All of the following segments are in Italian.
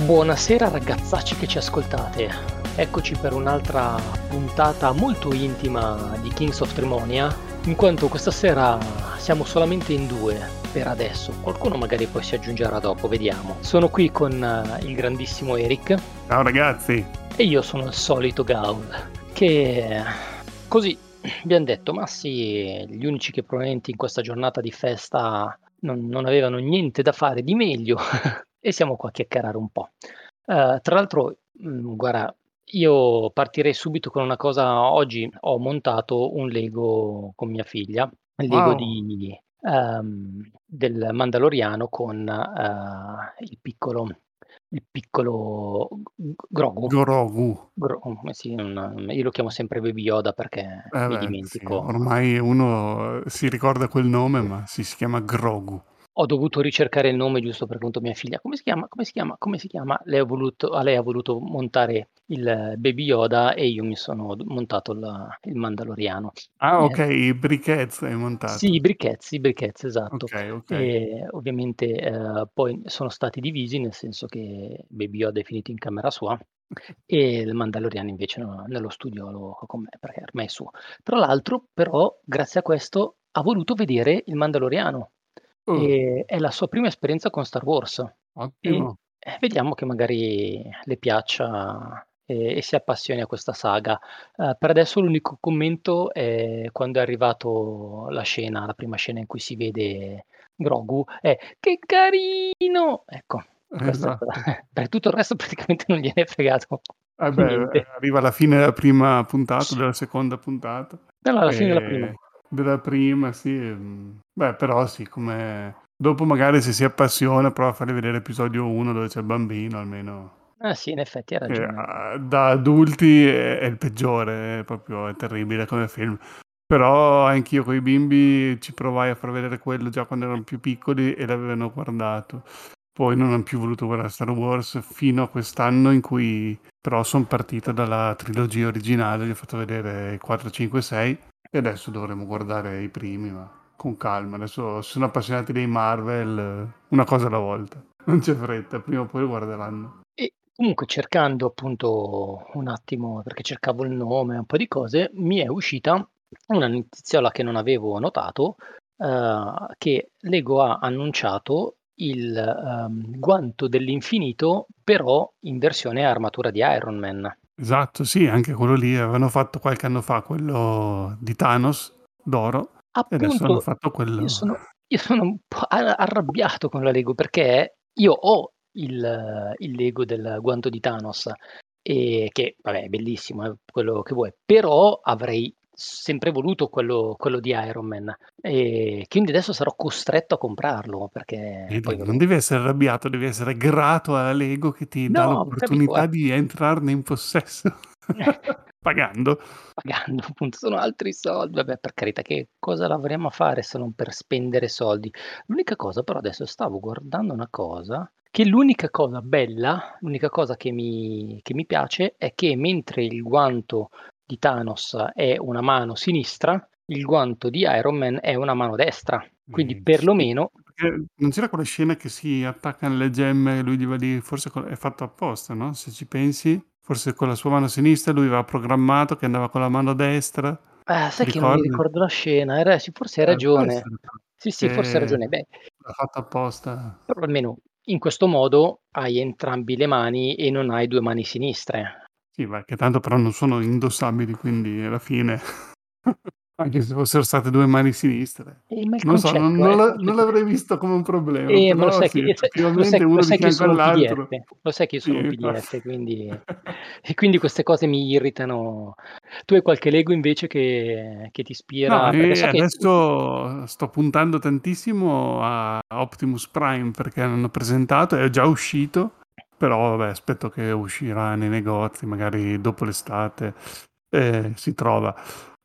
Buonasera ragazzacci che ci ascoltate. Eccoci per un'altra puntata molto intima di Kings of Trimonia, in quanto questa sera siamo solamente in due per adesso. Qualcuno magari poi si aggiungerà dopo, vediamo. Sono qui con il grandissimo Eric Ciao ragazzi. e io sono il solito Gaul, che così abbiamo detto, ma sì, gli unici che probabilmente in questa giornata di festa non avevano niente da fare di meglio e siamo qua a chiacchierare un po'. Tra l'altro, guarda, io partirei subito con una cosa. Oggi ho montato un Lego con mia figlia, il Lego Wow. del Mandaloriano con il piccolo Grogu. Gorogu. Sì, io lo chiamo sempre Baby Yoda perché mi Beh, sì, dimentico. ormai uno si ricorda quel nome, ma si chiama Grogu. Ho dovuto ricercare il nome giusto per conto mia figlia. Come si chiama? Come si chiama? Come si chiama? Lei ha voluto montare il Baby Yoda e io mi sono montato il Mandaloriano. Ah, ok, Niente. i briquettes hai Sì, montato. i briquettes, esatto. Ok, ok. E ovviamente poi sono stati divisi, nel senso che Baby Yoda è finito in camera sua e il Mandaloriano invece nello studiolo con me, perché ormai è suo. Tra l'altro, però, grazie a questo ha voluto vedere il Mandaloriano. Oh, È la sua prima esperienza con Star Wars e ottimo. vediamo che magari le piaccia e si appassioni a questa saga. Per adesso l'unico commento è quando è arrivato la prima scena in cui si vede Grogu, è: "Che carino!" Ecco, questa è quella Esatto. per tutto il resto praticamente non gliene è fregato Beh, niente. arriva alla fine della prima puntata, della seconda puntata. No, no, alla fine della prima. E della prima, sì. Beh, però sì, come dopo magari se si appassiona prova a fargli vedere episodio 1 dove c'è il bambino almeno. Ah sì, in effetti hai Che ragione. da adulti è il peggiore, è terribile come film. Però anch'io coi bimbi ci provai a far vedere quello già quando erano più piccoli e l'avevano guardato. Poi non han più voluto guardare Star Wars fino a quest'anno in cui però son partito dalla trilogia originale, gli ho fatto vedere 4, 5, 6 e adesso dovremo guardare i primi, ma con calma. Adesso sono appassionati dei Marvel, una cosa alla volta. Non c'è fretta, prima o poi lo guarderanno. E comunque cercando appunto un attimo, perché cercavo il nome, un po' di cose, mi è uscita una notiziola che non avevo notato, che Lego ha annunciato il guanto dell'infinito, però in versione armatura di Iron Man. Esatto, sì, anche quello lì avevano fatto qualche anno fa quello di Thanos d'oro e adesso hanno Appunto, fatto io quello. sono io sono un po' arrabbiato con la Lego, perché io ho il Lego del guanto di Thanos, che vabbè è bellissimo, quello che vuoi, però avrei sempre voluto quello di Iron Man, quindi adesso sarò costretto a comprarlo, perché poi Vedi, non vabbè. devi essere arrabbiato, devi essere grato alla Lego che ti dà No, capito, l'opportunità di entrarne in possesso pagando. pagando appunto, sono altri soldi. Vabbè, per carità, che cosa l'avremmo a fare se non per spendere soldi? L'unica cosa però, adesso stavo guardando una cosa, che l'unica cosa bella, l'unica cosa che mi piace è che mentre il guanto di Thanos è una mano sinistra, il guanto di Iron Man è una mano destra. Quindi Sì, perlomeno. perché non c'era quella scena che si attaccano le gemme e lui gli va lì, forse è fatto apposta, no? Se ci pensi, forse con la sua mano sinistra lui aveva programmato che andava con la mano destra, ti Sai che non mi ricordi? ricordo la scena, sì, forse hai Può ragione. essere però, Sì, sì, forse hai che ragione. Beh, l'ha fatto apposta. però almeno in questo modo hai entrambi le mani e non hai 2 mani sinistre. Sì, ma che tanto però non sono indossabili, quindi alla fine anche se fossero state 2 mani sinistre. Ma il Non lo so, non concetto è non il la non concetto l'avrei visto come un problema, ma lo però sai che sì, effettivamente lo uno di sai che io fianco sono un all'altro. PDF, lo sai che io Sì, sono un infatti. PDF, quindi queste cose mi irritano. Tu hai qualche Lego invece che ti No, ispira? Perché so che adesso sto puntando tantissimo a Optimus Prime perché l'hanno presentato, è già uscito, però vabbè, aspetto che uscirà nei negozi, magari dopo l'estate, si trova.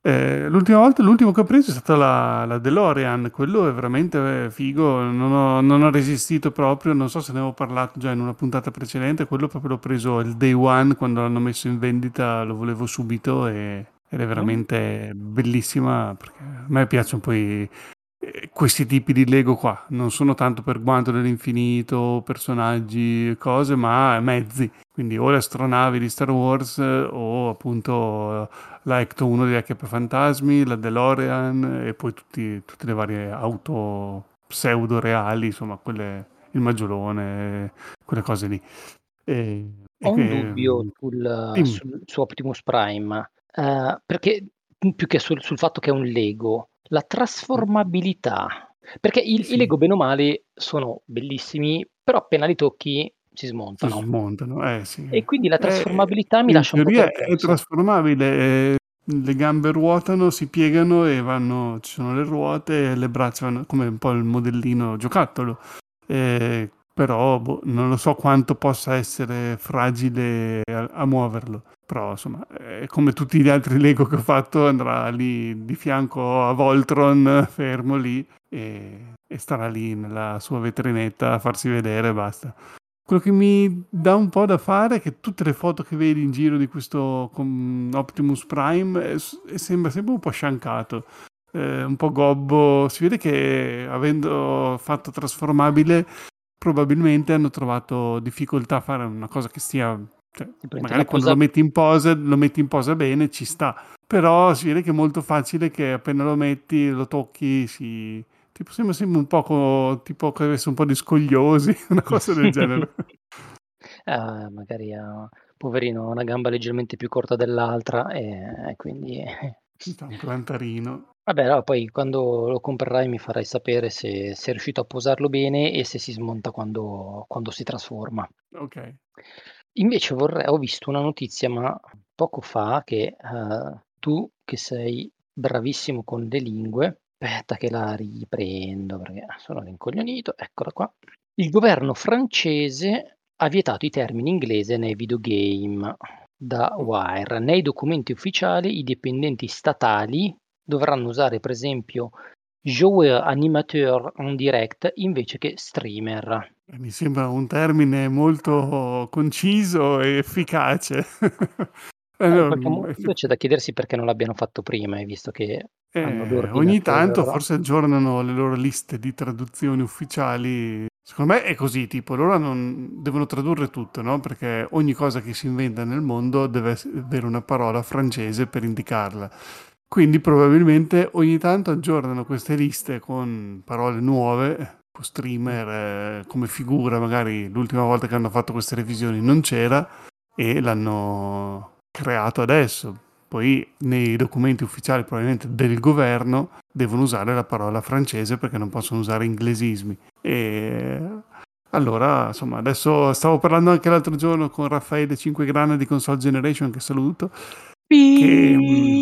L'ultimo che ho preso è stata la DeLorean, quello è veramente figo, non ho resistito proprio, non so se ne avevo parlato già in una puntata precedente, quello proprio l'ho preso il day one quando l'hanno messo in vendita, lo volevo subito ed è mh? veramente bellissima perché a me piacciono poi questi tipi di Lego qua non sono tanto per guanto dell'infinito, personaggi, cose, ma mezzi. Quindi o le astronavi di Star Wars o appunto la Ecto 1 di Fantasmi, la DeLorean e poi tutte le varie auto pseudo reali, insomma, il Maggiolone, quelle cose lì. E Ho un che, dubbio sul dimmi. su Optimus Prime, perché più che sul fatto che è un Lego, la trasformabilità, perché i Sì, Lego bene o male sono bellissimi, però appena li tocchi si si smontano smontano, sì. e quindi la trasformabilità mi In lascia un po' teoria è perplesso. trasformabile, le gambe ruotano, si piegano e vanno, ci sono le ruote e le braccia vanno come un po' il modellino giocattolo. Però boh, non lo so quanto possa essere fragile a muoverlo. Però insomma, come tutti gli altri Lego che ho fatto, andrà lì di fianco a Voltron, fermo lì, e starà lì nella sua vetrinetta a farsi vedere e basta. Quello che mi dà un po' da fare è che tutte le foto che vedi in giro di questo Optimus Prime sembra sempre un po' sciancato, un po' gobbo. Si vede che avendo fatto trasformabile, probabilmente hanno trovato difficoltà a fare una cosa che sia, cioè, Semplicemente la magari quando cosa lo metti in posa bene, ci sta. Però si vede che è molto facile che appena lo metti, lo tocchi, tipo sembra un poco tipo che avesse un po' di scogliosi, una cosa del genere. magari poverino ha una gamba leggermente più corta dell'altra e quindi Ci sta un plantarino. vabbè, allora poi quando lo comprerai mi farai sapere se sei riuscito a posarlo bene e se si smonta quando si trasforma. Ok. Invece ho visto una notizia, ma poco fa, che tu che sei bravissimo con le lingue, aspetta che la riprendo perché sono rincoglionito, eccola qua. Il governo francese ha vietato i termini inglese nei videogame da Oh, Wire. Nei documenti ufficiali i dipendenti statali dovranno usare per esempio joueur animateur en direct invece che streamer. mi sembra un termine molto conciso e efficace. No, In qualche modo c'è da chiedersi perché non l'abbiano fatto prima, visto che hanno ogni tanto l'ordinatore. forse aggiornano le loro liste di traduzioni ufficiali. Secondo me è così, tipo, loro devono tradurre tutto, no? Perché ogni cosa che si inventa nel mondo deve avere una parola francese per indicarla. Quindi probabilmente ogni tanto aggiornano queste liste con parole nuove, tipo streamer, come figura, magari l'ultima volta che hanno fatto queste revisioni non c'era e l'hanno creato adesso. Poi nei documenti ufficiali probabilmente del governo devono usare la parola francese perché non possono usare inglesismi. E allora, insomma, adesso stavo parlando anche l'altro giorno con Raffaele Cinquegrana di Console Generation, che saluto, che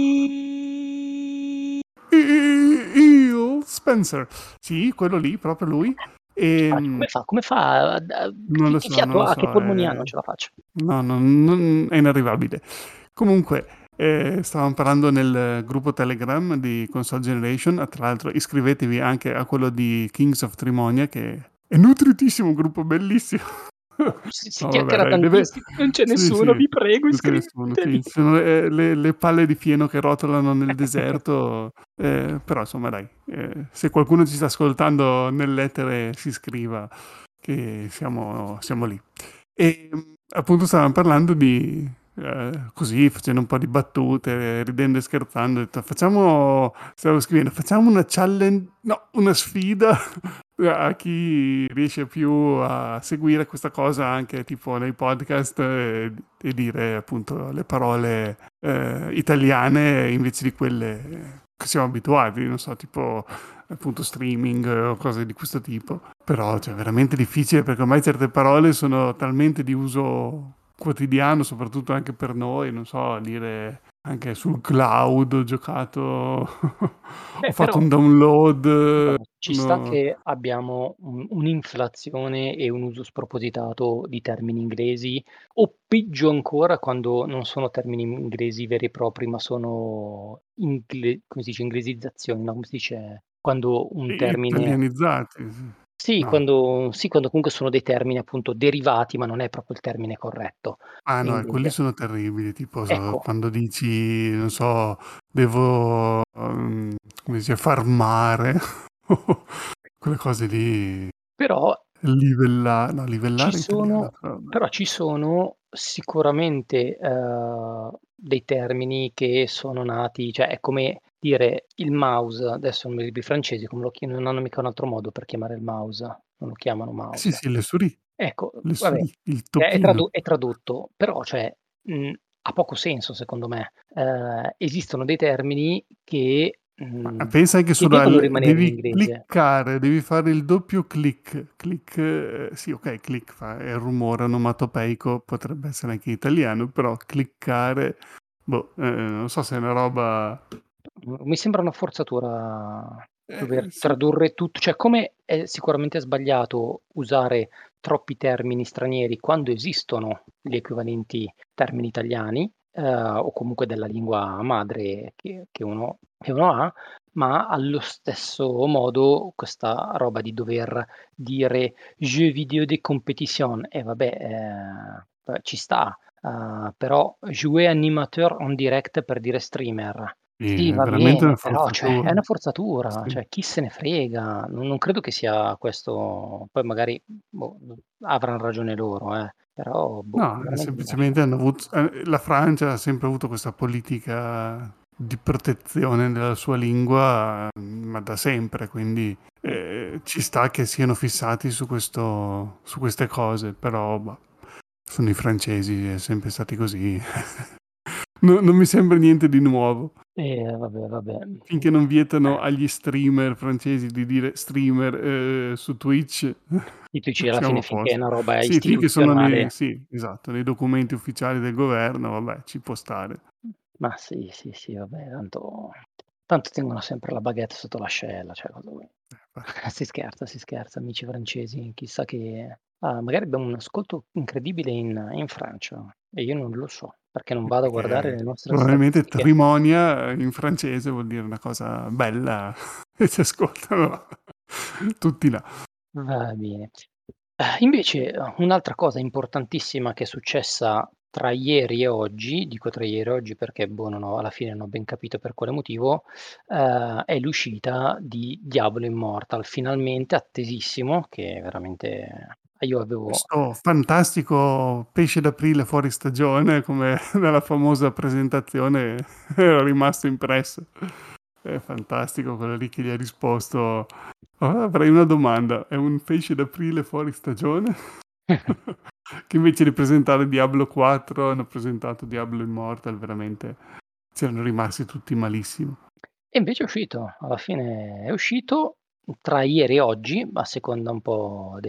io, Spencer, sì, quello lì, proprio lui. E, Come fa non lo che so, non fiato lo ha, che so, polmoni ha? Non ce la faccio. no, è inarrivabile. Comunque, stavamo parlando nel gruppo Telegram di Console Generation, tra l'altro iscrivetevi anche a quello di Kings of Trimonia, che è nutritissimo, un gruppo bellissimo. Si No, vabbè, chiacchiera dai, tantissimo, non c'è sì, nessuno, sì, vi prego non c'è nessuno, iscrivetevi. sì. Ci sono le palle di fieno che rotolano nel deserto, però insomma dai, se qualcuno ci sta ascoltando nell'etere si iscriva, che siamo lì. E appunto stavamo parlando di, così, facendo un po' di battute, ridendo e scherzando, ho detto, stavo scrivendo, facciamo una challenge, no, una sfida a chi riesce più a seguire questa cosa anche tipo nei podcast e dire appunto le parole italiane invece di quelle che siamo abituati, non so, tipo appunto streaming o cose di questo tipo. Però cioè, è veramente difficile perché ormai certe parole sono talmente di uso quotidiano, soprattutto anche per noi, non so, dire anche sul cloud ho giocato, ho Beh, fatto però un download, guarda, ci sta no. che abbiamo un'inflazione e un uso spropositato di termini inglesi, o peggio ancora quando non sono termini inglesi veri e propri, ma sono come si dice, inglesizzazioni, no? Come si dice quando un termine. Italianizzati, sì. Sì, No. quando comunque sono dei termini appunto derivati, ma non è proprio il termine corretto. Ah no, e Quindi quelli sono terribili, tipo ecco, quando dici, non so, devo, come si dice, farmare. Quelle cose lì, Però no, ci livellare italiano, sono però no. però ci sono sicuramente, dei termini che sono nati, cioè è come dire il mouse, adesso non mi ricordo i francesi come lo non hanno mica un altro modo per chiamare il mouse, non lo chiamano Sì, mouse. sì, le souris, Ecco, le vabbè, souris, il è tocchino. tradotto, però cioè, ha poco senso secondo me. Esistono dei termini Ma pensa anche che solo devono al rimanere in devi inglese. cliccare, devi fare il doppio click. Click, sì, okay, click fa è il rumore onomatopeico, potrebbe essere anche in italiano, però cliccare, boh, non so se è una roba Mi sembra una forzatura dover sì, tradurre tutto, cioè come è sicuramente sbagliato usare troppi termini stranieri quando esistono gli equivalenti termini italiani, o comunque della lingua madre che uno ha, ma allo stesso modo questa roba di dover dire jeux vidéo de compétition, vabbè, ci sta, però jouer animateur en direct per dire streamer. sì, Sì, è va veramente bene, una però cioè è forzatura. una forzatura, Sì. cioè chi se ne frega, non credo che sia questo, poi magari, boh, avran ragione loro, però boh, No, veramente mi lascia. semplicemente la Francia ha sempre avuto questa politica di protezione della sua lingua, ma da sempre, quindi Mh. ci sta che siano fissati su queste cose, però bah, sono i francesi, è sempre stati così. Non mi sembra niente di nuovo. Vabbè, vabbè. Finché non vietano agli streamer francesi di dire streamer su Twitch, I TC alla siamo fine a finché è posto. una roba Sì, finché sono nei, istituzionale. sì, esatto, nei documenti ufficiali del governo, vabbè, ci può stare. Ma sì, sì, sì, vabbè, tanto tengono sempre la baguette sotto l'ascella, cioè cosa vuoi. Si scherza, amici francesi, chissà che magari abbiamo un ascolto incredibile in Francia e io non lo so, perché non vado a guardare Perché le nostre probabilmente statistiche. trimonia in francese vuol dire una cosa bella e si ascoltano tutti là. Va bene. Invece, un'altra cosa importantissima che è successa tra ieri e oggi, dico tra ieri e oggi perché, boh, non ho alla fine non ho ben capito per quale motivo, è l'uscita di Diablo Immortal, finalmente attesissimo, che veramente io avevo. Questo fantastico pesce d'aprile fuori stagione, come nella famosa presentazione, ero rimasto impresso. È fantastico quello lì che gli ha risposto: "Oh, avrei una domanda, è un pesce d'aprile fuori stagione?" Che invece di presentare Diablo 4 hanno presentato Diablo Immortal, veramente c'erano rimasti tutti malissimo. E invece è uscito, alla fine è uscito tra ieri e oggi, a seconda un po'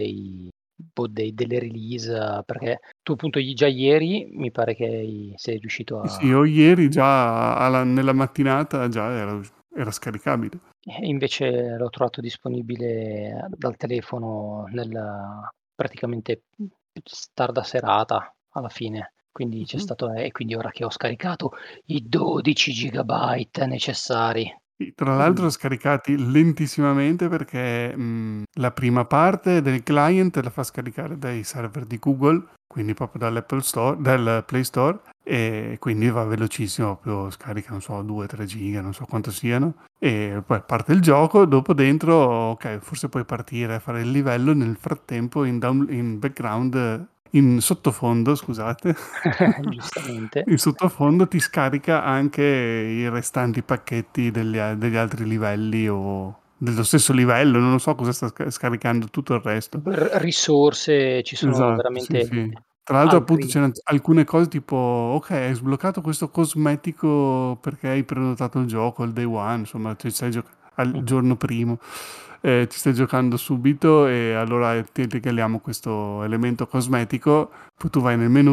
delle release, perché tu appunto già ieri mi pare che sei riuscito Sì, sì, a. o ieri già nella mattinata già era scaricabile. E invece l'ho trovato disponibile dal telefono praticamente tarda serata alla fine. Quindi c'è Mhm. stato e quindi ora che ho scaricato i 12 gigabyte necessari. Sì, tra l'altro Mh. scaricati lentissimamente perché la prima parte del client la fa scaricare dai server di Google, quindi proprio dall'Apple Store, dal Play Store, e quindi va velocissimo, proprio scarica, non so, 2-3 giga, non so quanto siano, e poi parte il gioco, dopo dentro, ok, forse puoi partire a fare il livello, nel frattempo in background, in sottofondo, scusate, Giustamente. in sottofondo ti scarica anche i restanti pacchetti degli altri livelli o dello stesso livello, non lo so cosa sta scaricando tutto il resto. Risorse, ci sono Esatto, sì, veramente sì. Tra l'altro appunto altri. c'erano alcune cose tipo, ok, hai sbloccato questo cosmetico perché hai prenotato il gioco il day one, insomma, ci stai al Mh-mh. giorno primo, ci stai giocando subito e allora ti regaliamo questo elemento cosmetico, poi tu vai nel menu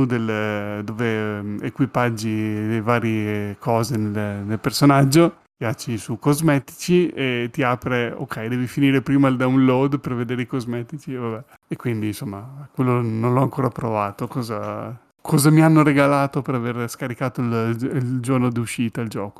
dove equipaggi le varie cose nel personaggio, piaci su cosmetici e ti apre, ok, devi finire prima il download per vedere i cosmetici, e vabbè. E quindi insomma, quello non l'ho ancora provato. Cosa mi hanno regalato per aver scaricato il giorno d'uscita il gioco?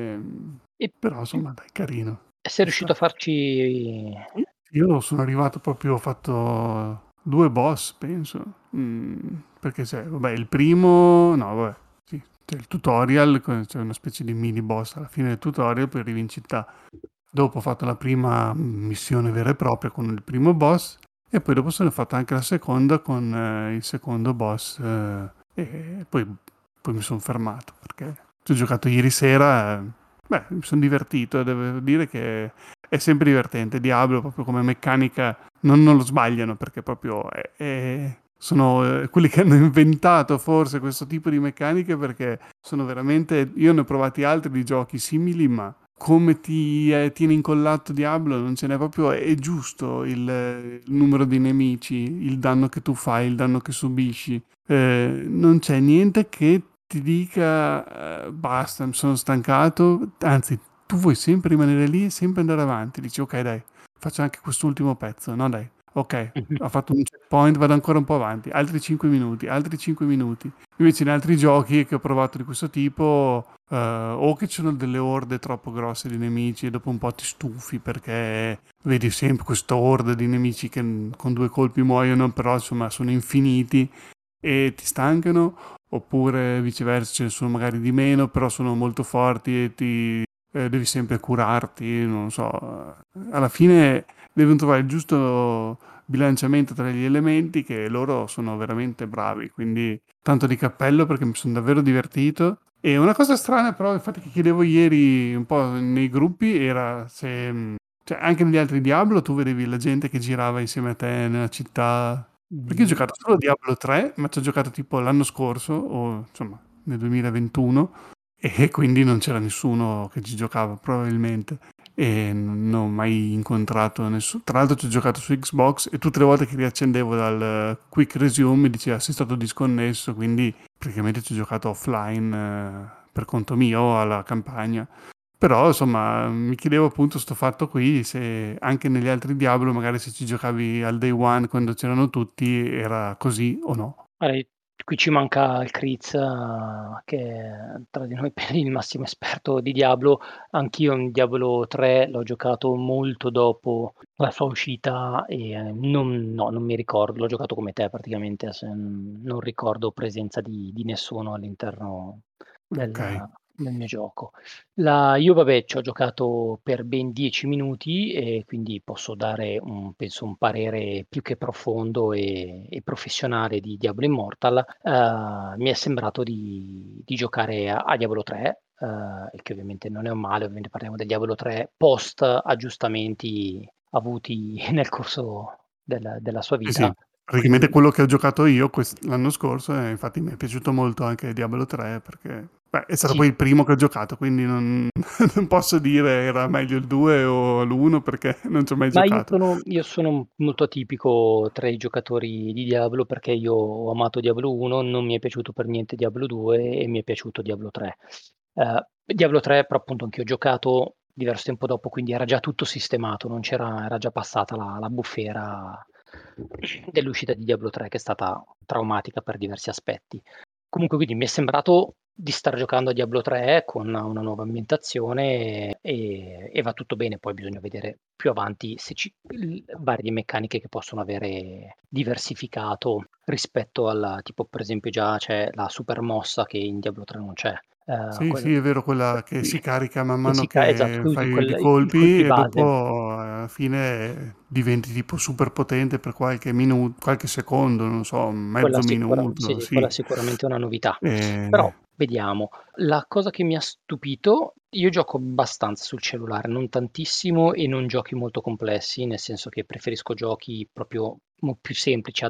E Però e insomma, dai, carino, sei ci riuscito sta. a farci. Io sono arrivato proprio, ho fatto due boss, penso. Perché c'è, vabbè, il primo, no, vabbè, sì, c'è il tutorial, c'è una specie di mini boss alla fine del tutorial, poi arrivi in città, Dopo ho fatto la prima missione vera e propria con il primo boss e poi dopo sono fatto anche la seconda con il secondo boss e poi mi sono fermato perché ci ho giocato ieri sera, beh, mi sono divertito, devo dire che è sempre divertente. Diablo proprio come meccanica non lo sbagliano perché proprio sono quelli che hanno inventato forse questo tipo di meccaniche perché sono veramente, io ne ho provati altri di giochi simili, ma come ti tiene incollato Diablo non ce n'è proprio, è giusto il numero di nemici, il danno che tu fai, il danno che subisci. Non c'è niente che ti dica basta, mi sono stancato, anzi tu vuoi sempre rimanere lì e sempre andare avanti, dici ok dai, faccio anche quest'ultimo pezzo, no dai, ok, ho fatto un checkpoint, vado ancora un po' avanti, altri 5 minuti, altri 5 minuti. Invece in altri giochi che ho provato di questo tipo, o che ci sono delle orde troppo grosse di nemici e dopo un po' ti stufi perché vedi sempre questa orde di nemici che con due colpi muoiono, però insomma sono infiniti e ti stancano, oppure viceversa ce ne sono magari di meno, però sono molto forti e ti devi sempre curarti, non so. Alla fine devono trovare il giusto bilanciamento tra gli elementi che loro sono veramente bravi, quindi tanto di cappello perché mi sono davvero divertito. E una cosa strana però, infatti, che chiedevo ieri un po' nei gruppi era se, cioè, anche negli altri Diablo tu vedevi la gente che girava insieme a te nella città. Perché io ho Mm. giocato solo Diablo 3, ma ci ho giocato tipo l'anno scorso, o insomma nel 2021, e quindi non c'era nessuno che ci giocava, probabilmente. E non ho mai incontrato nessuno. Tra l'altro ci ho giocato su Xbox e tutte le volte che riaccendevo dal Quick Resume mi diceva sei stato disconnesso, quindi praticamente ci ho giocato offline per conto mio alla campagna. Però insomma mi chiedevo appunto sto fatto qui, se anche negli altri Diablo magari se ci giocavi al day one quando c'erano tutti era così o no. Guarda, qui ci manca il Kriz, che è tra di noi per il massimo esperto di Diablo. Anch'io in Diablo 3 l'ho giocato molto dopo la sua uscita e non mi ricordo, l'ho giocato come te praticamente, non ricordo presenza di nessuno all'interno Ok, del mio gioco. Io vabbè ci ho giocato per ben 10 minuti e quindi posso dare penso un parere più che profondo e professionale di Diablo Immortal. Mi è sembrato di giocare a Diablo 3, il che ovviamente non è un male, ovviamente parliamo del Diablo 3 post aggiustamenti avuti nel corso della sua sì vita. sì, praticamente Quindi quello che ho giocato io l'anno scorso e infatti mi è piaciuto molto anche Diablo 3 perché beh, è stato sì. poi il primo che ho giocato, quindi non, non posso dire era meglio il 2 o l'1 perché non ci ho mai Ma io giocato. sono, io sono molto atipico tra i giocatori di Diablo perché io ho amato Diablo 1, non mi è piaciuto per niente Diablo 2 e mi è piaciuto Diablo 3. Diablo 3 però appunto anche io ho giocato diverso tempo dopo, quindi era già tutto sistemato, non c'era, era già passata la bufera dell'uscita di Diablo 3 che è stata traumatica per diversi aspetti. Comunque quindi mi è sembrato di star giocando a Diablo 3 con una nuova ambientazione e va tutto bene, poi bisogna vedere più avanti se varie meccaniche che possono avere diversificato rispetto alla tipo per esempio già c'è la super mossa che in Diablo 3 non c'è. Sì, sì, è vero, quella che si carica man mano Esatto, che tu usi fai i i colpi colpi e dopo base. alla fine diventi tipo super potente per qualche minuto, qualche secondo, non so, mezzo Sì, minuto, sì, quella sì. sicuramente è una novità. Però E- vediamo, la cosa che mi ha stupito, io gioco abbastanza sul cellulare, non tantissimo e non giochi molto complessi, nel senso che preferisco giochi proprio più semplici,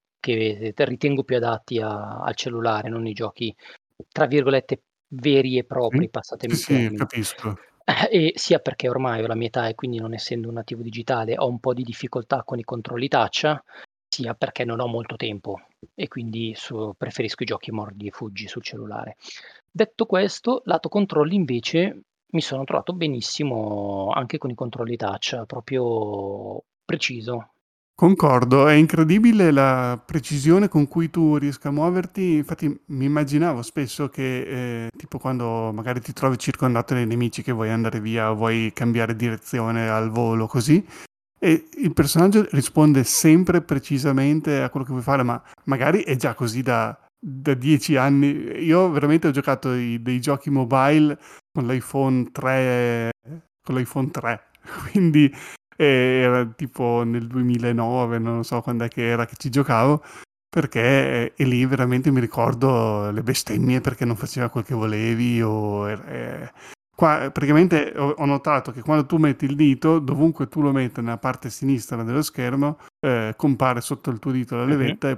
che ritengo più adatti al cellulare, non i giochi, tra virgolette, veri e sì, propri, passatemi sì, il sì, termine. capisco. E sia perché ormai ho la mia età e quindi non essendo un nativo digitale ho un po' di difficoltà con i controlli touch, sia perché non ho molto tempo e quindi preferisco i giochi mordi e fuggi sul cellulare. Detto questo, lato controlli invece mi sono trovato benissimo anche con i controlli touch, proprio preciso. Concordo, è incredibile la precisione con cui tu riesca a muoverti. Infatti, mi immaginavo spesso che, tipo, quando magari ti trovi circondato dai nemici che vuoi andare via o vuoi cambiare direzione al volo, così, e il personaggio risponde sempre precisamente a quello che vuoi fare, ma magari è già così da 10 anni. Io veramente ho giocato dei giochi mobile con l'iPhone 3, con l'iPhone 3. Quindi era tipo nel 2009, non lo so quando è che era che ci giocavo, perché e lì veramente mi ricordo le bestemmie perché non faceva quel che volevi qua praticamente ho notato che quando tu metti il dito, dovunque tu lo metta nella parte sinistra dello schermo, compare sotto il tuo dito la Mhm. levetta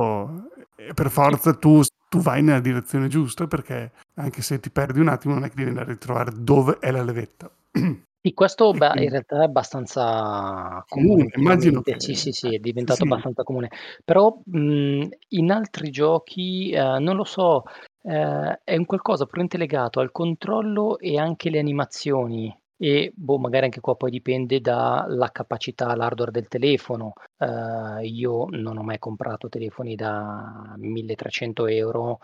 e per Sì, forza tu vai nella direzione giusta perché anche se ti perdi un attimo non è che devi andare a ritrovare dove è la levetta. sì, questo E in quindi realtà è abbastanza comune comune, immagino ultimamente. che Sì, sì, sì, è sì, diventato sì. abbastanza comune. Però, in altri giochi, non lo so, è un qualcosa puramente legato al controllo e anche le animazioni e, boh, magari anche qua poi dipende dalla capacità, l'hardware del telefono. Io non ho mai comprato telefoni da 1.300 €,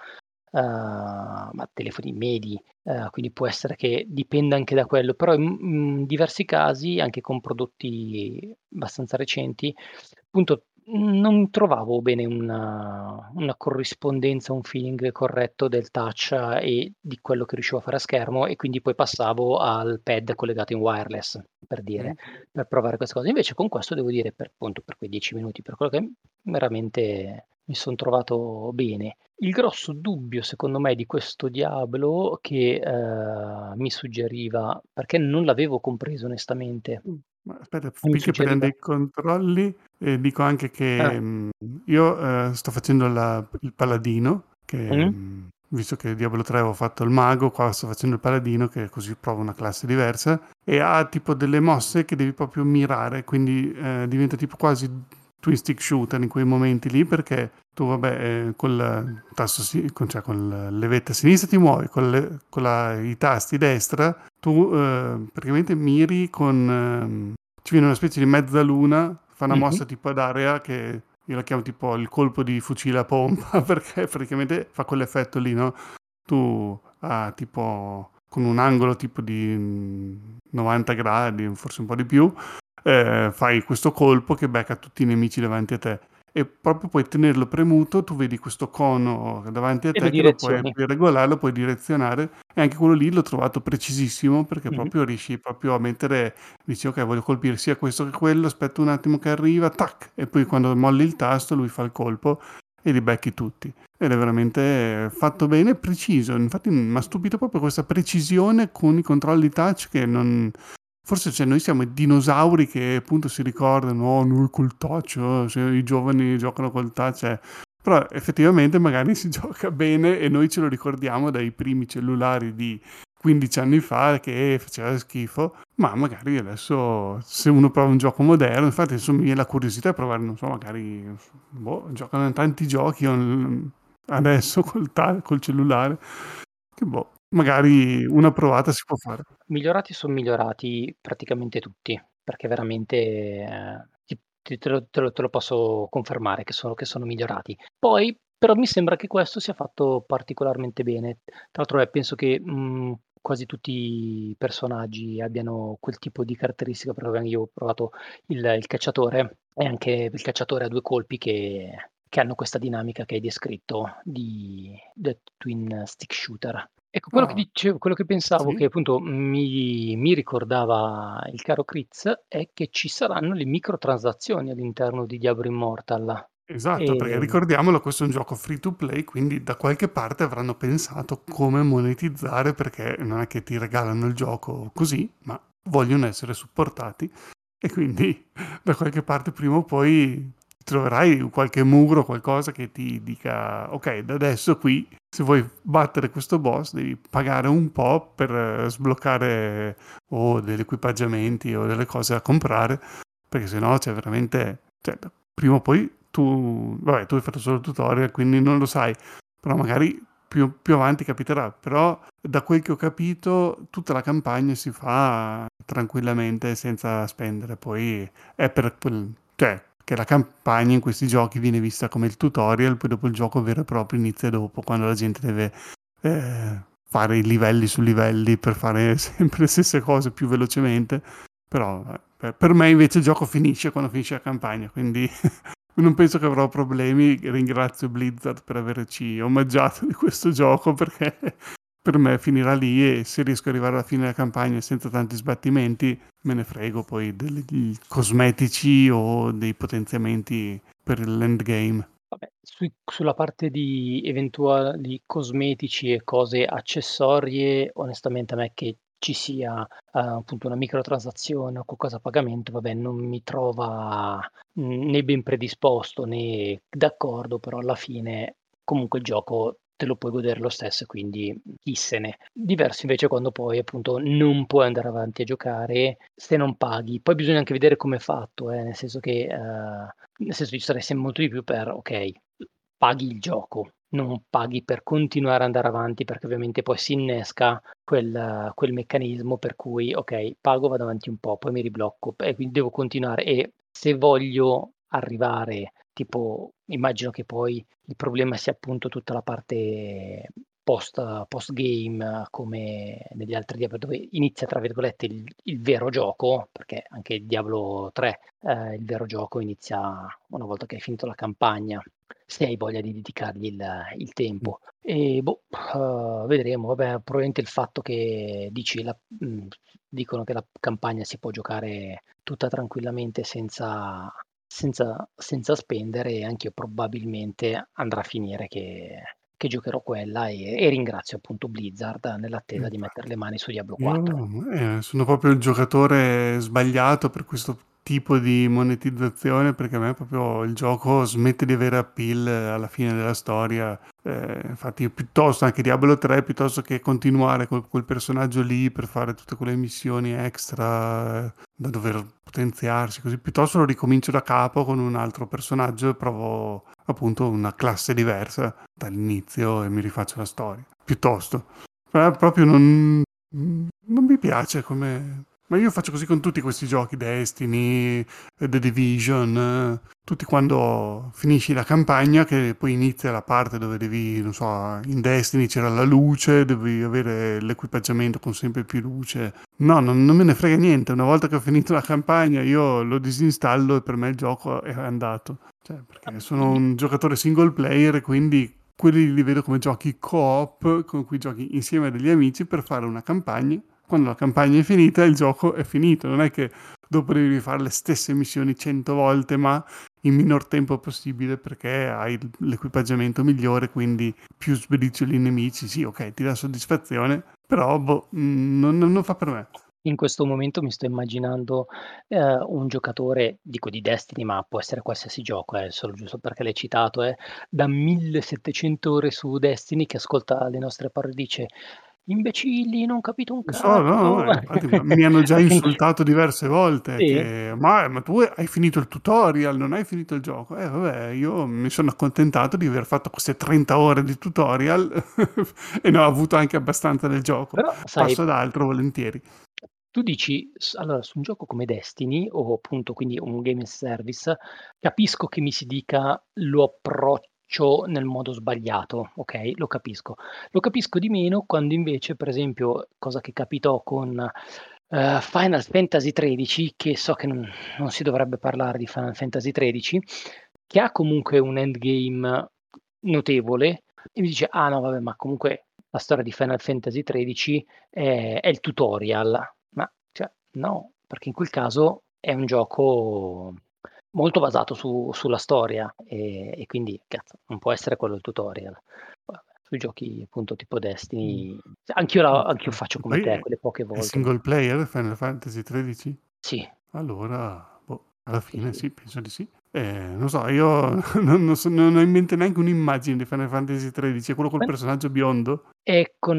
ma telefoni medi, quindi può essere che dipenda anche da quello, però in diversi casi, anche con prodotti abbastanza recenti, appunto, non trovavo bene una corrispondenza, un feeling corretto del touch e di quello che riuscivo a fare a schermo e quindi poi passavo al pad collegato in wireless, per dire, Ok. per provare questa cosa. Invece con questo devo dire per appunto per quei 10 minuti, per quello che è, veramente mi son trovato bene. Il grosso dubbio secondo me di questo Diablo che, mi suggeriva perché non l'avevo compreso onestamente, Ma aspetta, e mi finché prendo suggeriva i controlli, dico anche ah, che io sto facendo il paladino, che mh, visto che Diablo 3 avevo fatto il mago, qua sto facendo il paladino, che così provo una classe diversa, e ha tipo delle mosse che devi proprio mirare, quindi diventa tipo quasi twin stick shooter in quei momenti lì, perché tu vabbè col tasto cioè con la levetta sinistra ti muovi, i tasti destra tu praticamente miri ci viene una specie di mezzaluna, fa una mh-mh, mossa tipo ad area che io la chiamo tipo il colpo di fucile a pompa perché praticamente fa quell'effetto lì, no? Tu tipo con un angolo tipo di 90 gradi, forse un po' di più, fai questo colpo che becca tutti i nemici davanti a te e proprio puoi tenerlo premuto, tu vedi questo cono davanti a e le te che lo puoi, direzioni. puoi regolare, lo puoi direzionare e anche quello lì l'ho trovato precisissimo perché Mh-mh. proprio riesci proprio a mettere, dici ok voglio colpire sia questo che quello, aspetta un attimo che arriva, tac, e poi quando molli il tasto lui fa il colpo e li becchi tutti. Ed è veramente fatto bene e preciso. Infatti mi ha stupito proprio questa precisione con i controlli touch che non... Forse cioè, noi siamo i dinosauri che appunto si ricordano, oh, noi col touch, oh, se i giovani giocano col touch. Però effettivamente magari si gioca bene e noi ce lo ricordiamo dai primi cellulari di 15 anni fa che faceva schifo, ma magari adesso se uno prova un gioco moderno, infatti adesso mi viene la curiosità di provare, non so, magari boh, giocano in tanti giochi adesso col cellulare, che boh, magari una provata si può fare. Migliorati son migliorati praticamente tutti, perché veramente, ti te lo posso confermare che sono migliorati. Poi però mi sembra che questo sia fatto particolarmente bene. Tra l'altro, penso che, quasi tutti i personaggi abbiano quel tipo di caratteristica, perché io ho provato il cacciatore e anche il cacciatore a 2 colpi che hanno questa dinamica che hai descritto di del twin stick shooter. Ecco, Ah, quello che pensavo sì, che appunto mi ricordava il caro Critz è che ci saranno le microtransazioni all'interno di Diablo Immortal. esatto, perché Ehm ricordiamolo, questo è un gioco free to play, quindi da qualche parte avranno pensato come monetizzare, perché non è che ti regalano il gioco così, ma vogliono essere supportati e quindi da qualche parte prima o poi troverai qualche muro, qualcosa che ti dica, ok, da adesso qui, se vuoi battere questo boss, devi pagare un po' per sbloccare o degli equipaggiamenti o delle cose da comprare, perché sennò c'è veramente, cioè, prima o poi vabbè, tu hai fatto solo il tutorial, quindi non lo sai, però magari più avanti capiterà, però da quel che ho capito tutta la campagna si fa tranquillamente senza spendere, poi è per cioè che la campagna in questi giochi viene vista come il tutorial, poi dopo il gioco vero e proprio inizia dopo, quando la gente deve fare i livelli su livelli per fare sempre le stesse cose più velocemente, però per me invece il gioco finisce quando finisce la campagna, quindi non penso che avrò problemi. Ringrazio Blizzard per averci omaggiato di questo gioco perché per me finirà lì e se riesco ad arrivare alla fine della campagna senza tanti sbattimenti, me ne frego poi degli cosmetici o dei potenziamenti per l'endgame. Vabbè, sulla parte di eventuali cosmetici e cose accessorie, onestamente a me che ci sia, appunto una microtransazione o qualcosa a pagamento, vabbè, non mi trova, né ben predisposto né d'accordo, però alla fine comunque il gioco te lo puoi godere lo stesso e quindi chi se ne. Diverso invece quando poi appunto non puoi andare avanti a giocare se non paghi. Poi bisogna anche vedere come è fatto, nel senso che, nel senso ci sarei molto di più per, okay, paghi il gioco, non paghi per continuare ad andare avanti, perché ovviamente poi si innesca quel meccanismo per cui: okay, pago, vado avanti un po', poi mi riblocco e quindi devo continuare e se voglio arrivare tipo immagino che poi il problema sia appunto tutta la parte post game come negli altri Diablo, dove inizia tra virgolette "il vero gioco", perché anche il Diablo 3, il vero gioco inizia una volta che hai finito la campagna, se hai voglia di dedicargli il tempo. E boh, vedremo. Vabbè, probabilmente il fatto che dicono che la campagna si può giocare tutta tranquillamente senza spendere, e anch'io probabilmente andrà a finire che giocherò quella e ringrazio appunto Blizzard nell'attesa di mettere le mani su Diablo 4. Io, sono proprio il giocatore sbagliato per questo tipo di monetizzazione, perché a me proprio il gioco smette di avere appeal alla fine della storia. Infatti io piuttosto, anche Diablo 3, piuttosto che continuare con quel personaggio lì per fare tutte quelle missioni extra da dover potenziarsi, così, piuttosto lo ricomincio da capo con un altro personaggio e provo appunto una classe diversa dall'inizio e mi rifaccio la storia. Piuttosto. Proprio non mi piace come. Ma io faccio così con tutti questi giochi, Destiny, The Division, tutti quando finisci la campagna che poi inizia la parte dove devi, non so, in Destiny c'era la luce, devi avere l'equipaggiamento con sempre più luce. No, non me ne frega niente, una volta che ho finito la campagna io lo disinstallo e per me il gioco è andato. Cioè, perché sono I un giocatore single player e quindi quelli li vedo come giochi co-op con cui giochi insieme a degli amici per fare una campagna. Quando la campagna è finita, il gioco è finito. Non è che dopo devi rifare le stesse missioni 100 volte, ma in minor tempo possibile perché hai l'equipaggiamento migliore, quindi più sbricioli i nemici. Sì, ok, ti dà soddisfazione, però boh, non fa per me. In questo momento mi sto immaginando, un giocatore, dico di Destiny, ma può essere qualsiasi gioco, solo giusto perché l'hai citato, da 1700 ore su Destiny che ascolta le nostre parole e dice: "Imbecilli, non capito un Lo so, no, cazzo". no, infatti mi hanno già insultato diverse volte Sì? che ma tu hai finito il tutorial, non hai finito il gioco. Vabbè, io mi sono accontentato di aver fatto queste 30 ore di tutorial e ne ho avuto anche abbastanza del gioco. Però sai, Passo ad altro volentieri. tu dici allora su un gioco come Destiny o appunto quindi un game as service, capisco che mi si dica lo approccio nel modo sbagliato, okay, lo capisco. Lo capisco di meno quando invece, per esempio, cosa che capitò con, Final Fantasy XIII, che so che non si dovrebbe parlare di Final Fantasy XIII, che ha comunque un endgame notevole e mi dice: "Ah no vabbè, ma comunque la storia di Final Fantasy XIII è il tutorial". Ma cioè no, perché in quel caso è un gioco molto basato sulla storia e quindi cazzo, non può essere quello il tutorial. Vabbè, sui giochi appunto tipo Mm, Destiny anch'io anch'io ok. faccio come Poi te, quelle poche è volte, ma single player Final Fantasy XIII? sì, Allora, boh, alla sì, fine sì. sì, penso di sì. Non so, io non ho in mente neanche un'immagine di Final Fantasy XIII, è quello col Quan personaggio biondo, E con,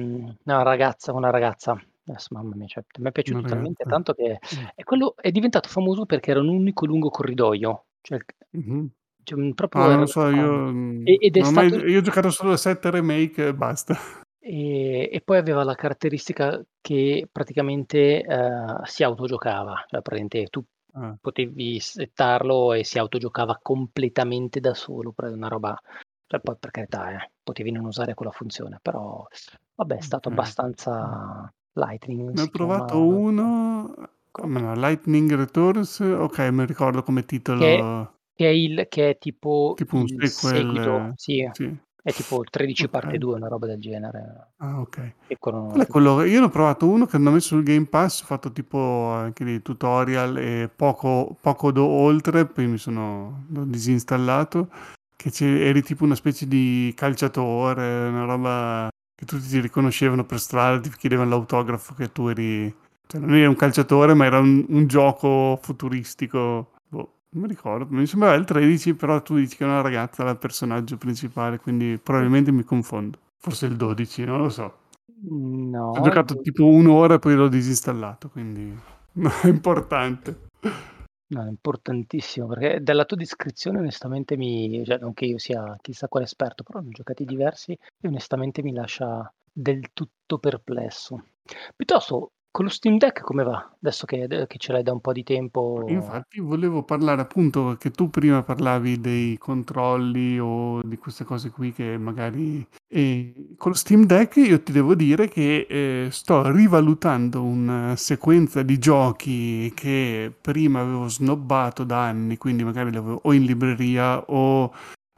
una ragazza, adesso mamma mia, cioè a me è una piaciuto talmente ragazza. tanto che Mm. quello è diventato famoso perché era un unico lungo corridoio, Mhm. proprio Ah, non era lo so, io ed è non ho mai, stato io ho giocato solo a 7 remake e basta. e poi aveva la caratteristica che praticamente, si autogiocava, cioè praticamente tu Ah, potevi settarlo e si autogiocava completamente da solo, una roba cioè poi per carità, potevi non usare quella funzione, però vabbè è stato ok. abbastanza Lightning Ne ho si provato chiama uno, co no, Lightning Returns, ok, mi ricordo come che titolo, che è tipo tipo un il sequel, seguito sì, sì. È tipo 13 parte Ok. 2, una roba del genere. Ah, ok. Che Qual corrono è quello? Io ne ho provato uno che hanno messo sul Game Pass, ho fatto tipo anche dei tutorial e poco oltre, poi l'ho disinstallato, che eri tipo una specie di calciatore, una roba che tutti ti riconoscevano per strada, ti chiedevano l'autografo che tu eri, cioè non eri un calciatore, ma era un gioco futuristico. Boh, non mi ricordo, mi sembrava il 13, però tu dici che è una ragazza la personaggio principale, quindi probabilmente mi confondo. Forse il 12, non lo so. Ho No, giocato tipo un'ora e poi l'ho disinstallato, quindi è importante. no, è importantissimo, perché dalla tua descrizione onestamente cioè non che io sia chissà quale esperto, però ne ho giocati diversi e onestamente mi lascia del tutto perplesso. Piuttosto, con lo Steam Deck come va? Adesso che ce l'hai da un po' di tempo. Infatti volevo parlare appunto che tu prima parlavi dei controlli o di queste cose qui che magari... E con lo Steam Deck io ti devo dire che sto rivalutando una sequenza di giochi che prima avevo snobbato da anni, quindi magari li avevo o in libreria o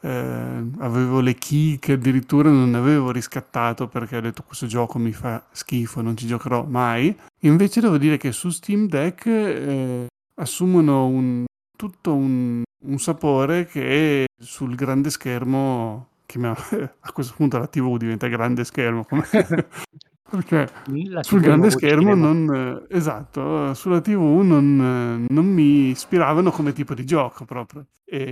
avevo le key che addirittura non avevo riscattato perché ho detto questo gioco mi fa schifo, non ci giocherò mai. Invece devo dire che su Steam Deck assumono tutto un sapore che sul grande schermo, a questo punto la TV diventa grande schermo, perché La sul TV è il grande nuovo schermo cinema. non, esatto, sulla TV non mi ispiravano come tipo di gioco proprio.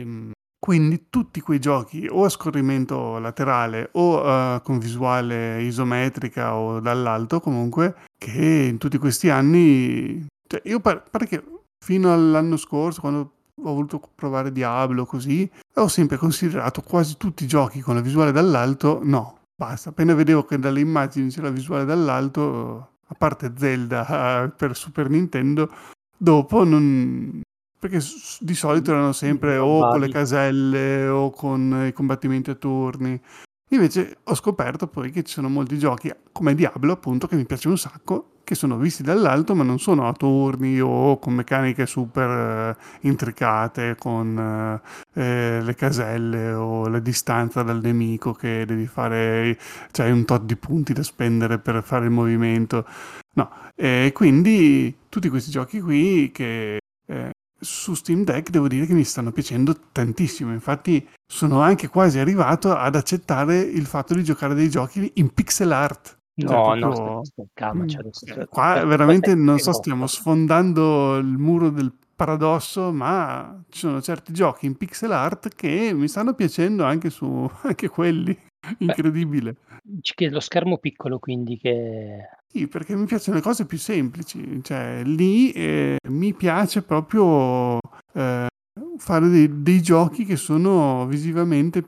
Quindi tutti quei giochi o a scorrimento laterale o con visuale isometrica o dall'alto comunque, che in tutti questi anni, cioè io pare che fino all'anno scorso, quando ho voluto provare Diablo così, ho sempre considerato quasi tutti i giochi con la visuale dall'alto, no, basta, appena vedevo che dalle immagini c'era la visuale dall'alto, a parte Zelda per Super Nintendo, dopo non... Perché di solito erano sempre o con le Snobbavi. caselle o con i combattimenti a turni. Invece ho scoperto poi che ci sono molti giochi come Diablo, appunto, che mi piace un sacco, che sono visti dall'alto, ma non sono a turni o con meccaniche super intricate, con le caselle o la distanza dal nemico che devi fare, c'hai un tot di punti da spendere per fare il movimento. No, e quindi tutti questi giochi qui che su Steam Deck devo dire che mi stanno piacendo tantissimo. Infatti sono anche quasi arrivato ad accettare il fatto di giocare dei giochi in pixel art. Cioè, No, no, proprio... calmaci adesso. Qua Questa veramente non è so, stiamo grossa. sfondando il muro del paradosso, ma ci sono certi giochi in pixel art che mi stanno piacendo anche su anche quelli. Beh, Incredibile. dici che lo schermo piccolo quindi che Sì, perché mi piacciono le cose più semplici, cioè lì mi piace proprio eh, fare dei giochi che sono visivamente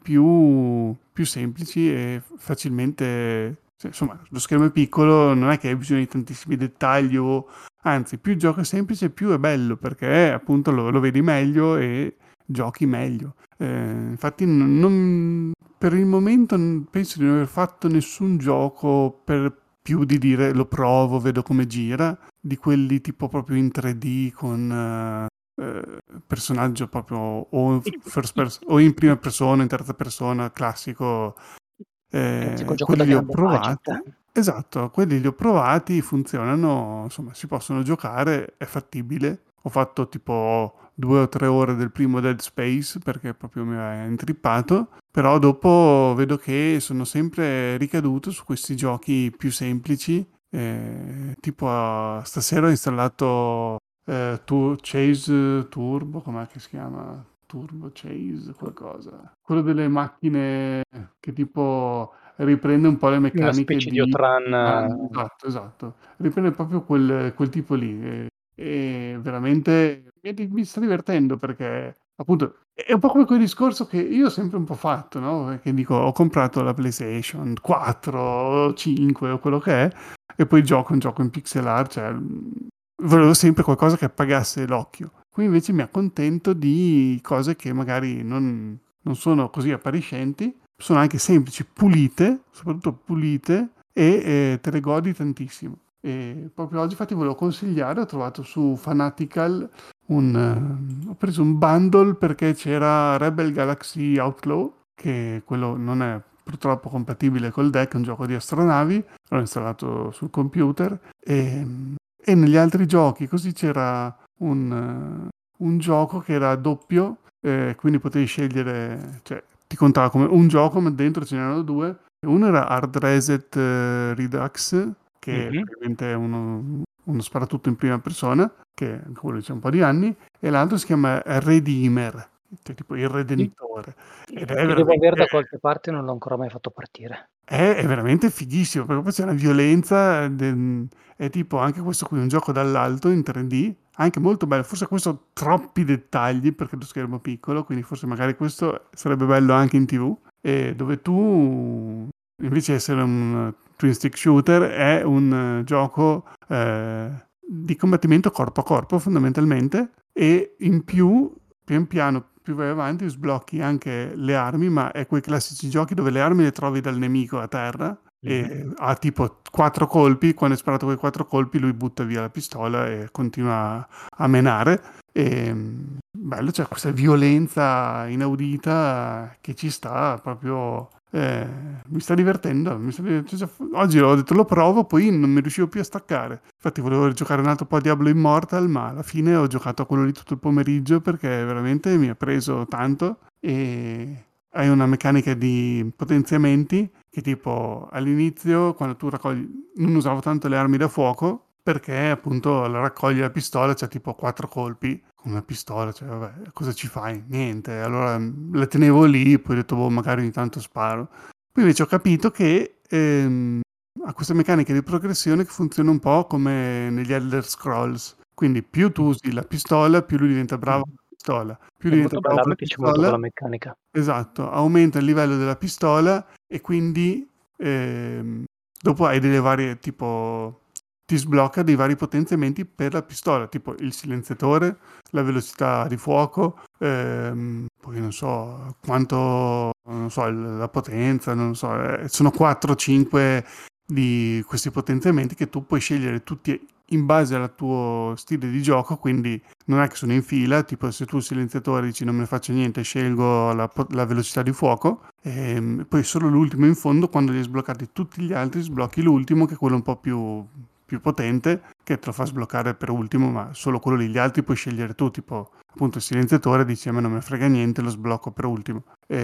più semplici e facilmente... cioè, insomma, lo schermo è piccolo, non è che hai bisogno di tantissimi dettagli o... Anzi, più il gioco è semplice, più è bello, perché appunto lo vedi meglio e giochi meglio. Infatti per il momento penso di non aver fatto nessun gioco per più di dire lo provo, vedo come gira, di quelli tipo proprio in 3D con personaggio proprio o il o in prima persona, in terza persona, classico. classico gioco da Quelli li ho grande budget. provati. Esatto, quelli li ho provati, funzionano, insomma, si possono giocare, è fattibile. Ho fatto tipo 2 o 3 ore del primo Dead Space perché proprio mi ha intrippato, però dopo vedo che sono sempre ricaduto su questi giochi più semplici. Tipo stasera ho installato Chase Turbo, com'è che si chiama? Turbo Chase qualcosa. Quello delle macchine che tipo riprende un po' le Una meccaniche specie di di... Outrun. Esatto, esatto. Riprende proprio quel tipo lì. E veramente mi sta divertendo perché appunto è un po' come quel discorso che io ho sempre un po' fatto, no? Perché dico, ho comprato la PlayStation 4 o 5 o quello che è, e poi gioco un gioco in pixel art, cioè volevo sempre qualcosa che appagasse l'occhio. Qui invece mi accontento di cose che magari non sono così appariscenti, sono anche semplici, pulite, soprattutto pulite, e te le godi tantissimo. E proprio oggi infatti volevo consigliare, ho trovato su Fanatical ho preso un bundle perché c'era Rebel Galaxy Outlaw, che quello non è purtroppo compatibile col deck, è un gioco di astronavi, l'ho installato sul computer e negli altri giochi così c'era un gioco che era doppio, quindi potevi scegliere, cioè ti contava come un gioco, ma dentro ce n'erano due. Uno era Hard Reset Redux, che Mhm. praticamente è uno sparatutto in prima persona, che quello c'è un po' di anni, e l'altro si chiama Redeemer, cioè tipo il Sì. Redentore. Ed Li devo aver da qualche veramente, parte, non l'ho ancora mai fatto partire. è veramente fighissimo, perché poi c'è una violenza, è tipo anche questo qui, un gioco dall'alto in 3D, anche molto bello, forse questo ha troppi dettagli perché lo schermo è piccolo, quindi forse magari questo sarebbe bello anche in TV, e dove tu, invece di essere un twin stick shooter, è un gioco di combattimento corpo a corpo fondamentalmente, e in più, pian piano, più vai avanti, sblocchi anche le armi, ma è quei classici giochi dove le armi le trovi dal nemico a terra Mhm. e ha tipo quattro colpi, quando hai sparato quei quattro colpi lui butta via la pistola e continua a menare. E bello, c'è questa violenza inaudita che ci sta proprio. Mi sta divertendo. Cioè, oggi ho detto lo provo, poi non mi riuscivo più a staccare. Infatti volevo giocare un altro po' a Diablo Immortal, ma alla fine ho giocato a quello lì tutto il pomeriggio perché veramente mi ha preso tanto e hai una meccanica di potenziamenti che tipo all'inizio quando tu raccogli, non usavo tanto le armi da fuoco perché appunto la raccogli la pistola, c'è tipo quattro colpi con una pistola, cioè vabbè, cosa ci fai? Niente. Allora la tenevo lì, poi ho detto boh, magari ogni tanto sparo. Poi invece ho capito che ha questa meccanica di progressione che funziona un po' come negli Elder Scrolls. Quindi più tu usi la pistola, più lui diventa bravo con Mhm. la pistola. Più È diventa molto bravo bella, a con me la piace molto quella pistola, meccanica. esatto, aumenta il livello della pistola e quindi ehm, dopo hai delle varie, tipo, ti sblocca dei vari potenziamenti per la pistola, tipo il silenziatore, la velocità di fuoco, poi non so quanto, non so, la potenza, non so, sono 4-5 di questi potenziamenti che tu puoi scegliere tutti in base al tuo stile di gioco, quindi non è che sono in fila, tipo se tu silenziatore dici non me ne faccio niente, scelgo la velocità di fuoco, e poi solo l'ultimo in fondo, quando li hai sbloccati tutti gli altri, sblocchi l'ultimo, che è quello un po' più potente, che te lo fa sbloccare per ultimo, ma solo quello lì, gli altri puoi scegliere tu, tipo appunto il silenziatore, dici a me non me ne frega niente, lo sblocco per ultimo.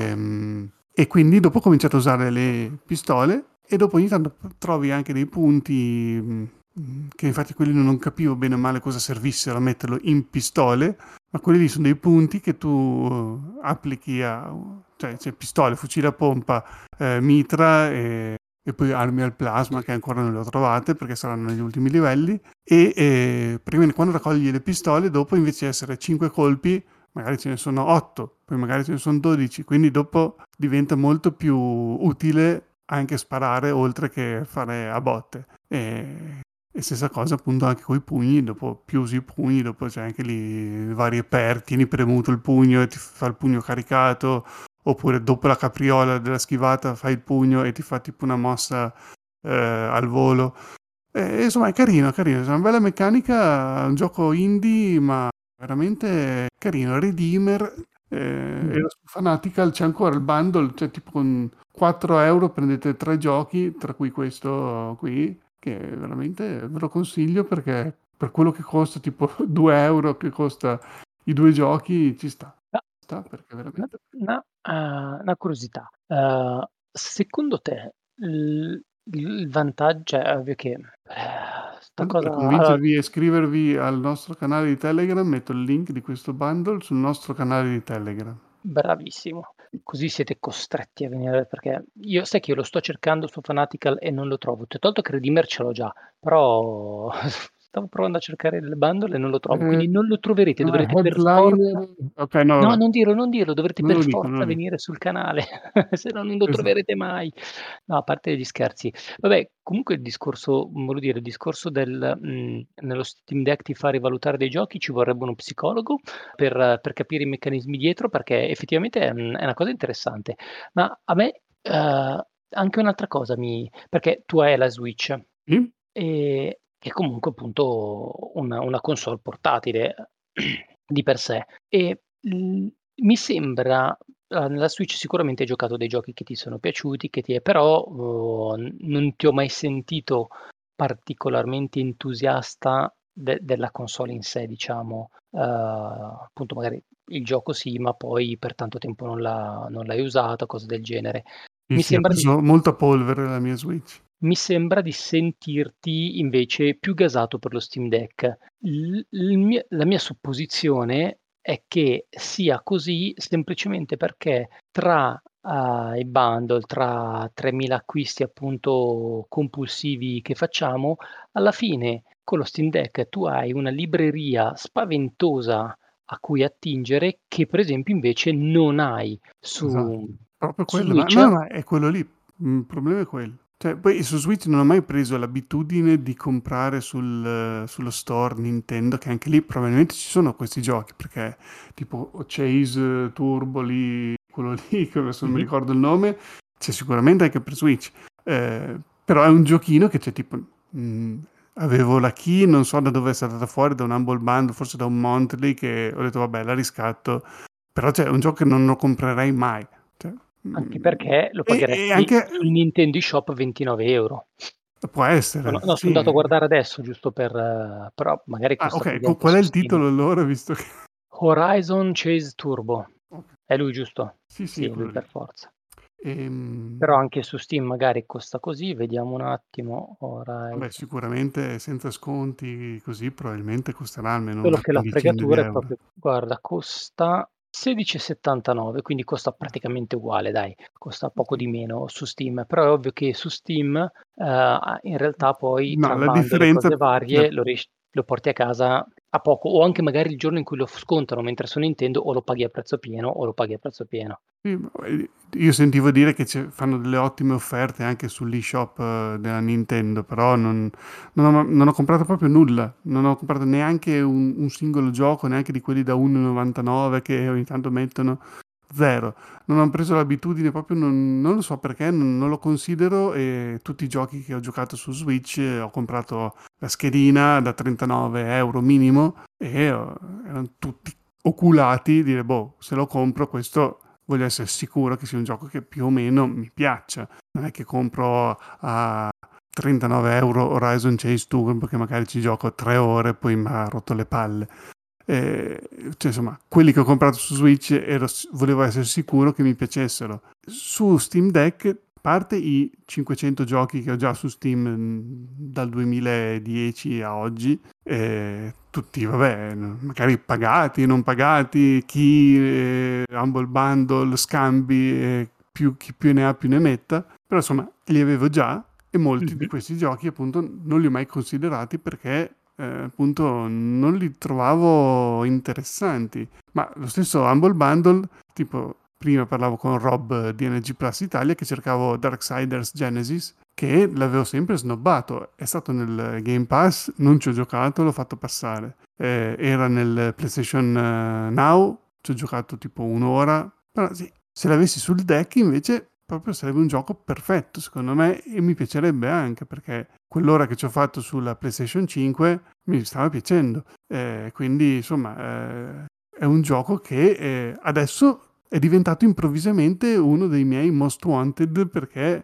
E quindi dopo ho cominciato a usare le pistole e dopo ogni tanto trovi anche dei punti che infatti quelli non capivo bene o male cosa servissero a metterlo in pistole, ma quelli lì sono dei punti che tu applichi a, cioè c'è pistole, fucile a pompa, mitra e poi armi al plasma che ancora non le ho trovate perché saranno negli ultimi livelli e prima quando raccogli le pistole dopo invece di essere 5 colpi magari ce ne sono 8, poi magari ce ne sono 12, quindi dopo diventa molto più utile anche sparare oltre che fare a botte. E stessa cosa appunto anche con i pugni, dopo più usi i pugni, dopo c'è anche lì varie per, tieni premuto il pugno e ti fa il pugno caricato, oppure dopo la capriola della schivata fai il pugno e ti fa tipo una mossa al volo. Insomma è carino, carino, è una bella meccanica, un gioco indie ma veramente carino. Redeemer, Mhm. era su Fanatical, c'è ancora il bundle, cioè tipo con 4 euro prendete tre giochi, tra cui questo qui, che veramente ve lo consiglio perché per quello che costa, tipo 2 euro che costa i due giochi, Ma ci sta perché una veramente. una curiosità, secondo te il vantaggio cioè è ovvio che, 'sta Tanto per cosa allora convincervi a iscrivervi al nostro canale di Telegram, metto il link di questo bundle sul nostro canale di Telegram. bravissimo, così siete costretti a venire perché io sai che io lo sto cercando su Fanatical e non lo trovo. Ti ho tolto che Redeemer ce l'ho già, però stavo provando a cercare il bundle e non lo trovo, Eh, quindi non lo troverete, no, è dovrete per forza Headliner. Ok, no, no, vabbè, non dirlo, dovrete non per lo dico, non lo forza dico. venire sul canale, se no non lo Esatto. troverete mai. No, a parte gli scherzi. Vabbè, comunque il discorso volevo dire, il discorso del nello Steam Deck ti fa rivalutare dei giochi, ci vorrebbe uno psicologo per capire i meccanismi dietro, perché effettivamente è una cosa interessante. Ma a me, anche un'altra cosa perché tu hai la Switch, Sì? che comunque appunto una console portatile di per sé e, mi sembra nella Switch sicuramente hai giocato dei giochi che ti sono piaciuti, però non ti ho mai sentito particolarmente entusiasta della console in sé, diciamo. Appunto, magari il gioco sì, ma poi per tanto tempo non l'hai usato, cose del genere. Sì, Mi sì, ha sembra di preso molta polvere la mia Switch. Mi sembra di sentirti invece più gasato per lo Steam Deck. La mia supposizione è che sia così semplicemente perché tra i bundle, tra 3.000 acquisti appunto compulsivi che facciamo, alla fine con lo Steam Deck tu hai una libreria spaventosa a cui attingere che per esempio invece non hai Esatto, proprio su quello, ma Switch. no, ma è quello lì, il problema è quello. Cioè, poi su Switch non ho mai preso l'abitudine di comprare sullo store Nintendo, che anche lì probabilmente ci sono questi giochi, perché tipo Chase Turbo lì, quello lì, che adesso non mi Mhm. ricordo il nome, c'è sicuramente anche per Switch. Però è un giochino che c'è tipo... avevo la key, non so da dove è saltata fuori, da un Humble Bundle, forse da un Monthly, che ho detto vabbè la riscatto, però c'è un gioco che non lo comprerei mai. Cioè, Anche perché lo e pagheresti anche sul Nintendo eShop 29 €. può essere, No, son sì. andato a guardare adesso giusto per però magari Ah, costa ok, così anche qual è su il Steam. titolo allora, visto che... Horizon Chase Turbo. Ok, È lui, giusto? sì, sì, Sì, è è lui quello lì. per forza. Però Ehm, anche su Steam magari costa così, vediamo un attimo. Vabbè, Horizon. sicuramente senza sconti così probabilmente costerà almeno Solo una che la quindicina di fregatura è euro. proprio, guarda, costa 16,79, quindi costa praticamente uguale, dai, costa poco Sì. di meno su Steam, però è ovvio che su Steam in realtà poi No, tra la bundle e differenza... cose varie certo. lo porti a casa a poco, o anche magari il giorno in cui lo scontano, mentre su Nintendo o lo paghi a prezzo pieno o lo paghi a prezzo pieno. Sì, io sentivo dire che fanno delle ottime offerte anche sull'eShop della Nintendo, però non ho comprato proprio nulla, non ho comprato neanche un singolo gioco, neanche di quelli da 1,99 che ogni tanto mettono. Zero. Non ho preso l'abitudine, proprio non lo so perché, non lo considero, e tutti i giochi che ho giocato su Switch ho comprato la schedina da 39 € minimo e erano tutti oculati, dire boh, se lo compro questo voglio essere sicuro che sia un gioco che più o meno mi piaccia. Non è che compro a 39 € Horizon Chase Turbo che magari ci gioco 3 ore e poi mi ha rotto le palle. Cioè, insomma, quelli che ho comprato su Switch volevo essere sicuro che mi piacessero. Su Steam Deck, a parte i 500 giochi che ho già su Steam dal 2010 a oggi, tutti, vabbè, magari pagati, non pagati, chi Humble Bundle, scambi, chi più ne ha più ne metta, però insomma li avevo già e molti di Mhm. questi giochi appunto non li ho mai considerati perché appunto non li trovavo interessanti. Ma lo stesso Humble Bundle, tipo prima parlavo con Rob di NG Plus Italia che cercavo Darksiders Genesis, che l'avevo sempre snobbato. È stato nel Game Pass, non ci ho giocato, l'ho fatto passare. Era nel PlayStation Now, ci ho giocato tipo un'ora. Però sì, se l'avessi sul deck invece proprio sarebbe un gioco perfetto secondo me e mi piacerebbe anche perché quell'ora che ci ho fatto sulla PlayStation 5 mi stava piacendo. Quindi insomma è un gioco che adesso è diventato improvvisamente uno dei miei most wanted perché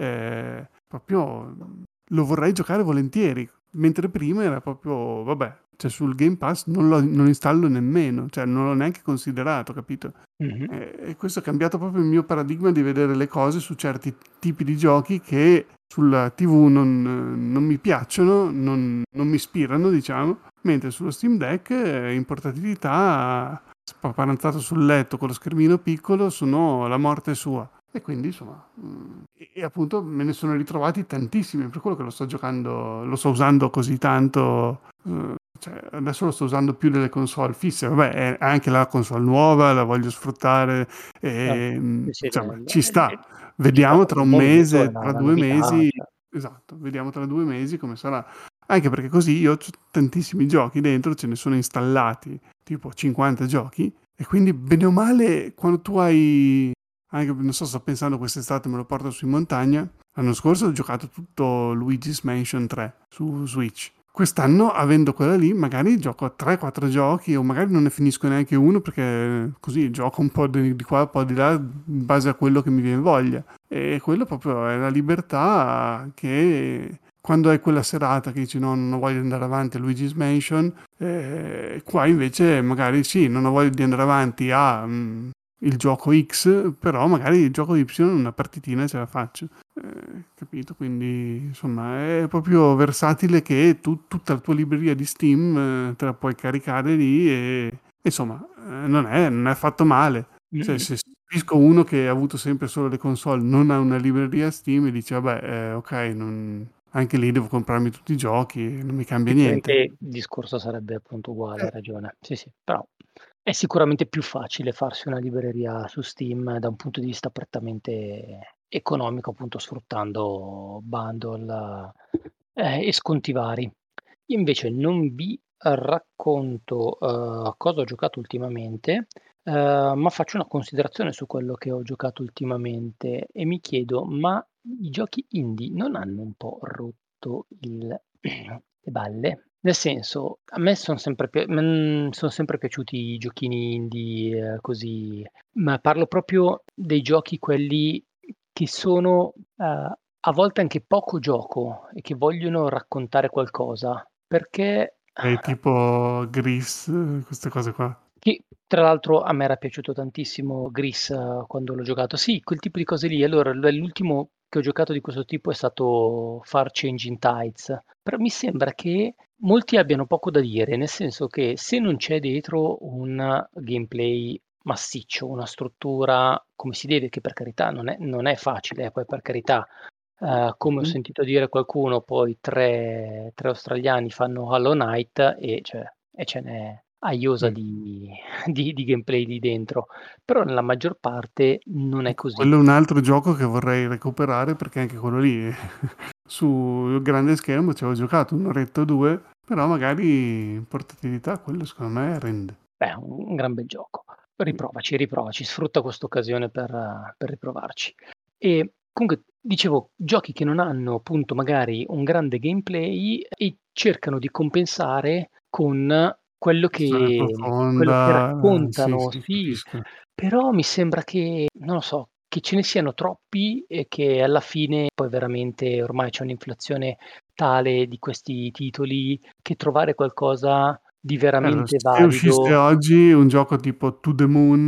proprio lo vorrei giocare volentieri, mentre prima era proprio, vabbè, cioè sul Game Pass non installo nemmeno, cioè non l'ho neanche considerato, capito? Mhm. E questo ha cambiato proprio il mio paradigma di vedere le cose su certi tipi di giochi che sulla TV non mi piacciono, non mi ispirano, diciamo, mentre sullo Steam Deck in portatilità, spaparanzato sul letto con lo schermino piccolo, sono la morte sua. E quindi, insomma, e appunto me ne sono ritrovati tantissimi, per quello che lo sto giocando, lo sto usando così tanto. Cioè, adesso lo sto usando più delle console fisse, vabbè, è anche la console nuova, la voglio sfruttare, e, Sì, sì, insomma, ci sta. ci sta Vediamo tra proprio il un momento, è mese, tra la due novità, mesi, cioè. esatto, vediamo tra 2 mesi come sarà. Anche perché così io ho tantissimi giochi dentro, ce ne sono installati tipo 50 giochi, e quindi bene o male, quando tu hai, anche non so, sto pensando quest'estate me lo porto su in montagna. L'anno scorso ho giocato tutto Luigi's Mansion 3 su Switch. Quest'anno, avendo quella lì, magari gioco a 3-4 giochi o magari non ne finisco neanche uno perché così gioco un po' di qua, un po' di là in base a quello che mi viene voglia. E quello proprio è la libertà che quando hai quella serata che dici no, non ho voglia di andare avanti a Luigi's Mansion, qua invece magari sì, non ho voglia di andare avanti a il gioco X, però magari il gioco Y una partitina ce la faccio. Capito? Quindi insomma è proprio versatile che tutta la tua libreria di Steam te la puoi caricare lì e insomma non è affatto male. Cioè, Mm. se capisco uno che ha avuto sempre solo le console, non ha una libreria Steam e dice vabbè, ok, anche lì devo comprarmi tutti i giochi, non mi cambia Sicuramente niente. il discorso sarebbe appunto uguale, Eh, hai ragione. Sì, sì, però è sicuramente più facile farsi una libreria su Steam da un punto di vista prettamente economico, appunto sfruttando bundle e sconti vari. Io invece non vi racconto cosa ho giocato ultimamente, ma faccio una considerazione su quello che ho giocato ultimamente e mi chiedo, ma i giochi indie non hanno un po' rotto le balle? Nel senso, a me son sempre piaciuti i giochini indie, così, ma parlo proprio dei giochi quelli che sono, a volte anche poco gioco e che vogliono raccontare qualcosa, perché è tipo Gris, queste cose qua. che tra l'altro a me era piaciuto tantissimo Gris, quando l'ho giocato. Sì, quel tipo di cose lì. Allora, l'ultimo che ho giocato di questo tipo è stato Far Changing Tides, però mi sembra che molti abbiano poco da dire, nel senso che se non c'è dietro un gameplay massiccio, una struttura come si deve, che per carità non è facile, poi per carità, come ho Mhm. sentito dire qualcuno, poi tre australiani fanno Hollow Knight e ce n'è a iosa Mm. di gameplay lì dentro, però nella maggior parte non è Ecco, così. quello è un altro gioco che vorrei recuperare perché anche quello lì sul grande schermo ci avevo giocato un'oretta o due, però magari in portatilità quello secondo me rende. Beh, un gran bel gioco. Riprovaci, sfrutta quest'occasione per riprovarci. E comunque dicevo, giochi che non hanno appunto magari un grande gameplay e cercano di compensare con Storia quello che profonda, sì, raccontano, sì, sì, capisco. però mi sembra che, non lo so, che ce ne siano troppi e che alla fine poi veramente ormai c'è un'inflazione tale di questi titoli che trovare qualcosa di Allora, veramente se uscisse valido. oggi un gioco tipo To the Moon,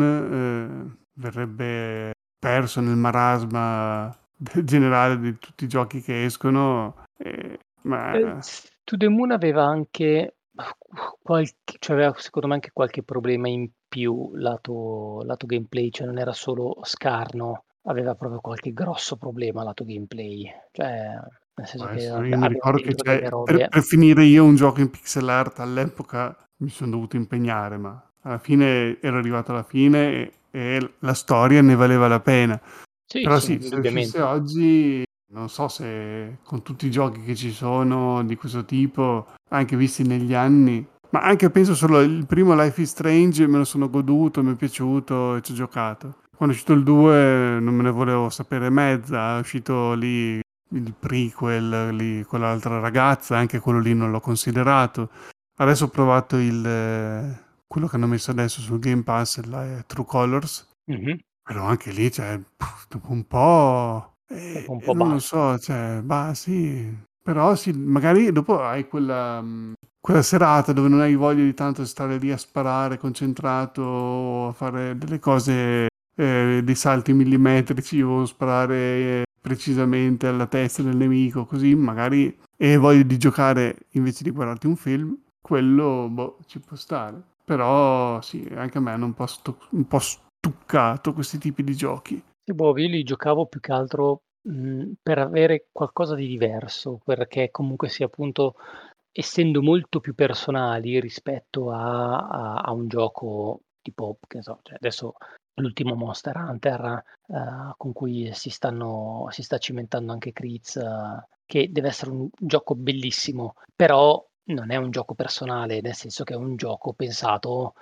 verrebbe perso nel marasma generale di tutti i giochi che escono, ma To the Moon aveva anche cioè aveva secondo me anche qualche problema in più lato gameplay, cioè non era solo scarno, aveva proprio qualche grosso problema lato gameplay. Cioè, nel può senso che essere. Io mi aveva ricordo che dentro delle per, robe. per finire io un gioco in pixel art all'epoca mi sono dovuto impegnare, ma alla fine ero arrivato alla fine e la storia ne valeva la pena. Sì, Però sì, sì, se uscisse indubbiamente. oggi, non so se con tutti i giochi che ci sono di questo tipo, anche visti negli anni, ma anche penso solo il primo Life is Strange me lo sono goduto, mi è piaciuto e ci ho giocato. Quando è uscito il 2 non me ne volevo sapere mezza, è uscito lì il prequel lì con l'altra ragazza, anche quello lì non l'ho considerato. Adesso ho provato quello che hanno messo adesso sul Game Pass, True Colors, Mh-mh. però anche lì, cioè, dopo un po', Dopo un po' non lo basta. so, cioè, bah, sì, però sì, magari dopo hai quella serata dove non hai voglia di tanto stare lì a sparare concentrato o a fare delle cose, dei salti millimetrici o sparare precisamente alla testa del nemico, così magari e hai voglia di giocare invece di guardarti un film, quello, boh, ci può stare. Però sì, anche a me hanno un po' stuccato questi tipi di giochi. Sì, boh, io li giocavo più che altro, per avere qualcosa di diverso, perché comunque sia appunto essendo molto più personali rispetto a un gioco tipo, che ne so, cioè adesso l'ultimo Monster Hunter, con cui si sta cimentando anche Creeds, che deve essere un gioco bellissimo, però non è un gioco personale, nel senso che è un gioco pensato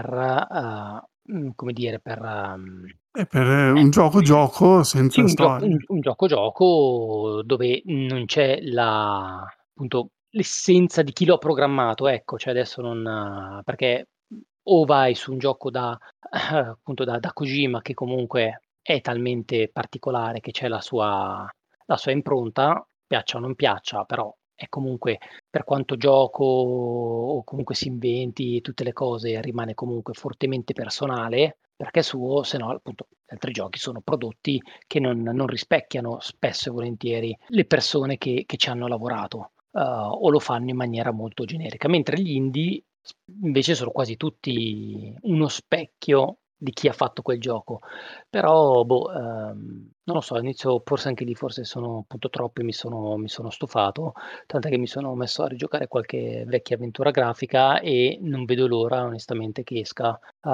come dire, E per eh, un gioco sì, senza storia. un gioco dove non c'è appunto l'essenza di chi lo ha programmato, ecco, cioè adesso non perché, o vai su un gioco da appunto da Kojima che comunque è talmente particolare che c'è la sua impronta, piaccia o non piaccia, però è comunque per quanto gioco o comunque si inventi tutte le cose, rimane comunque fortemente personale, perché è suo, se no appunto gli altri giochi sono prodotti che non rispecchiano spesso e volentieri le persone che ci hanno lavorato, o lo fanno in maniera molto generica, mentre gli indie invece sono quasi tutti uno specchio di chi ha fatto quel gioco. Però, boh, non lo so, all'inizio forse anche lì forse sono appunto troppi, mi sono stufato, tant'è che mi sono messo a rigiocare qualche vecchia avventura grafica e non vedo l'ora onestamente che esca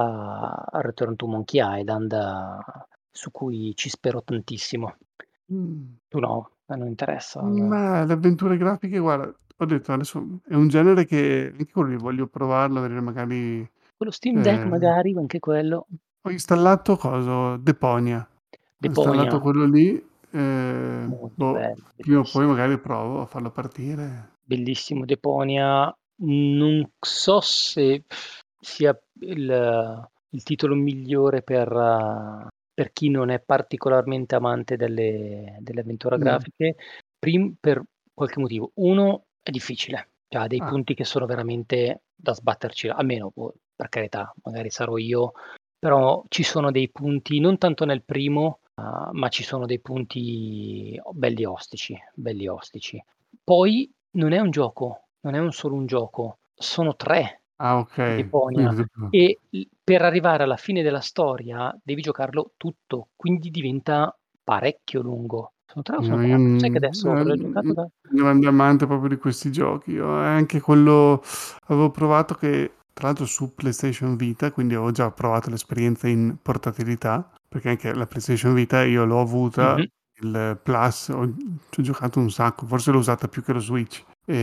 a Return to Monkey Island, su cui ci spero tantissimo. Mh. Tu no? A non interessa? Ma le avventure grafiche guarda, ho detto adesso è un genere che anche quello lì voglio provarlo, vedere magari Quello Steam Deck ehm, magari, anche quello. ho installato coso? Deponia. Ho installato Deponia, quello lì, molto boh, bello, prima o poi bellissimo. magari provo a farlo partire. Bellissimo Deponia. Non so se sia il titolo migliore per chi non è particolarmente amante delle avventure Mh. grafiche, per qualche motivo. Uno, è difficile, cioè ha dei Ah, punti che sono veramente da sbatterci, almeno poi, per carità, magari sarò io, però ci sono dei punti, non tanto nel primo, ma ci sono dei punti belli ostici, belli ostici. Poi non è un gioco, non è solo un gioco, sono 3 okay. Deponia Quindi dopo e per arrivare alla fine della storia devi giocarlo tutto, quindi diventa parecchio lungo. Sono 3 o sono no, io 4? Sai che adesso avrei giocato da grande amante proprio di questi giochi. Io anche quello avevo provato che tra l'altro su PlayStation Vita, quindi avevo già provato l'esperienza in portatilità, perché anche la PlayStation Vita io l'ho avuta, mh-mh, il Plus, ci ho giocato un sacco, forse l'ho usata più che lo Switch.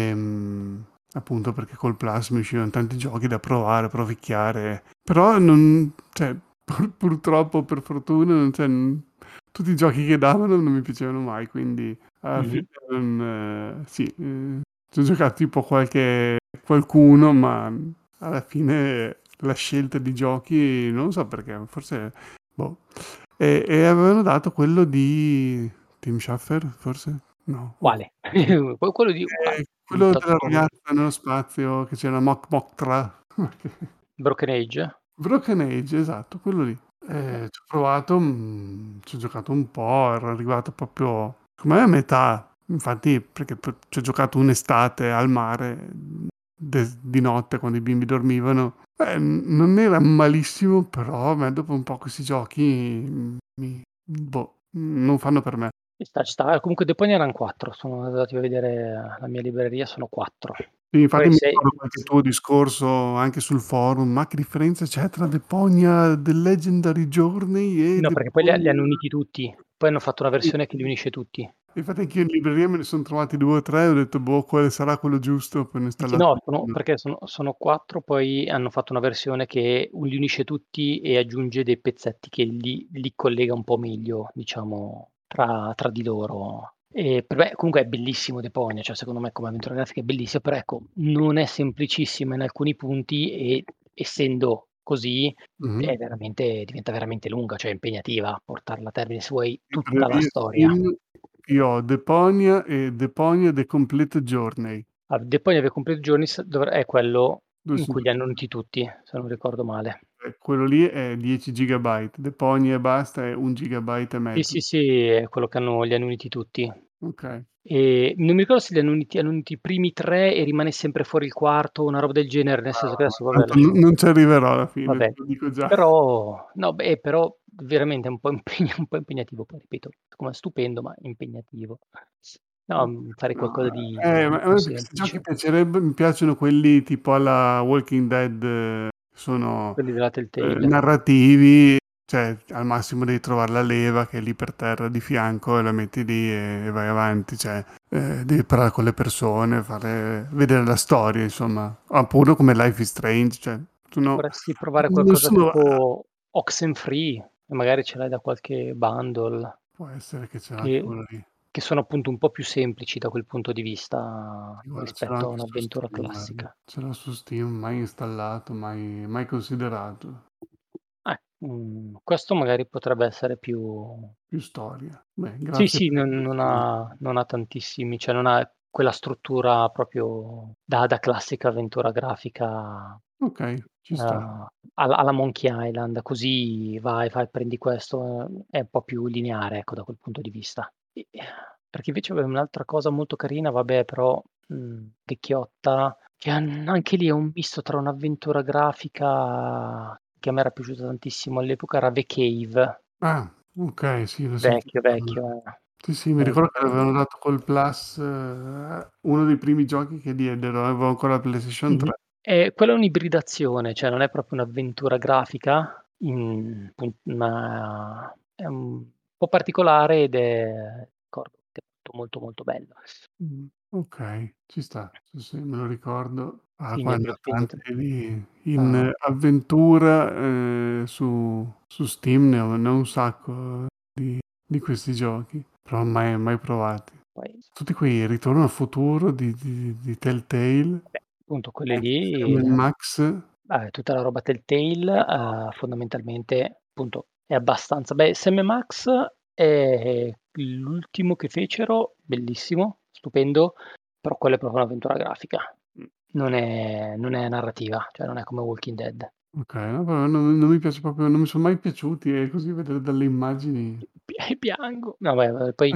Appunto perché col Plus mi uscivano tanti giochi da provare, provicchiare, però non, cioè, purtroppo, per fortuna, non c'è, tutti i giochi che davano non mi piacevano mai, quindi alla fine mh-mh, sì, ci ho giocato tipo qualcuno, ma alla fine la scelta di giochi non lo so perché, forse boh. E avevano dato quello di Tim Schafer, forse? No, quale? Quello di quale? quello Buttato della fuori da ragazza nello spazio che c'era Mok Mokthra. Broken Age? Broken Age, esatto, quello lì. Okay. Ci ho provato, ci ho giocato un po', ero arrivato proprio secondo me a metà. Infatti, perché ci ho giocato un'estate al mare, di notte quando i bimbi dormivano. Non era malissimo, però a me dopo un po' questi giochi boh, non fanno per me. Ci sta. Comunque Deponia eran 4, sono andati a vedere la mia libreria, sono 4. Sì, infatti Poi mi se ricordo qualche tuo discorso anche sul forum, ma che differenza c'è tra Deponia The Legendary Journey e no, perché poi li Deponia. hanno uniti tutti. Poi hanno fatto una Sì. versione che li unisce tutti. Infatti anch'io in libreria me ne son trovati 2 o 3 e ho detto: "Boh, quale sarà quello giusto?" Poi ne ho Sì, sì, installato no, sono 1. perché sono 4, poi hanno fatto una versione che li unisce tutti e aggiunge dei pezzetti che li collega un po' meglio, diciamo, tra di loro. Per me comunque è bellissimo Deponia, cioè secondo me come avventura grafica è bellissima, però ecco, non è semplicissima in alcuni punti e essendo così Mh-mh. diventa veramente lunga, cioè impegnativa portarla a termine se vuoi tutta la Libreria storia. Steam, io ho Deponia e Deponia The Complete Journey, Deponia The Complete Journeys è quello 2 in su cui li hanno 2. uniti tutti, se non ricordo male. Quello lì è 10 gigabyte, Deponia e basta è 1 gigabyte e Sì, mezzo. sì, sì, è quello che li hanno uniti tutti. Okay. Non mi ricordo se li hanno uniti i primi 3 e rimane sempre fuori il quarto, una roba del genere, nel senso che Ma adesso vabbè tanto non ci arriverò alla fine, te vabbè. lo dico già. Però no, beh, però veramente è un po' un po' impegnativo, poi ripeto, secondo me stupendo, ma impegnativo. No, fare No, qualcosa di ma a più me di questi giochi semplice. mi piacciono quelli tipo alla Walking Dead, sono, Quelli della Telltale. narrativi, cioè al massimo devi trovar la leva che è lì per terra di fianco e la metti lì e vai avanti, cioè, devi parlare con le persone, vedere la storia insomma. Oppure come Life is Strange, cioè sono Dovresti provare non qualcosa sono tipo Oxenfree e magari ce l'hai da qualche bundle può essere che ce l'ha anche che quello lì. che sono appunto un po' più semplici da quel punto di vista Sì, guarda, ce l'ho rispetto a anche su un'avventura Steam, guarda. classica. Ce l'ho su Steam, mai installato, mai considerato. Questo magari potrebbe essere più Più storia. Beh, sì, grazie sì, per il non consiglio. ha tantissimi, cioè non ha quella struttura proprio da classica avventura grafica, Okay, ci sta. alla Monkey Island, così vai, fai, prendi questo, è un po' più lineare, ecco, da quel punto di vista. Perché invece avevo un'altra cosa molto carina, vabbè, però, vecchiotta, che anche lì è un misto tra un'avventura grafica che a me era piaciuta tantissimo all'epoca, era The Cave, Ah, okay, sì, ne ho sentito vecchio, parlare. vecchio, Sì, sì, mi molto ricordo che carino. l'avevano dato col Plus, uno dei primi giochi che diedero, avevo ancora la PlayStation Mh-mh. 3. Quella è un'ibridazione, cioè non è proprio un'avventura grafica, ma è un po' particolare ed è ricordo che è molto, molto bello. Okay, ci sta. Sì, sì, me lo ricordo. Ah, Sì, qua mi è ne ho piaciuto. tanti di in Ah, avventura, su Steam ne ho un sacco di questi giochi, però mai provati. poi Tutti quei Ritorno al futuro di Telltale, beh, appunto quelle anche lì, Sam& Max. tutta la roba Telltale, fondamentalmente appunto è abbastanza Sam& Max è l'ultimo che fecero, bellissimo, stupendo, però quella è proprio un'avventura grafica. Non è narrativa, cioè non è come Walking Dead. Okay, no, però non mi piace proprio, non mi son mai piaciuti, e così vedere dalle immagini. Piango. No beh, poi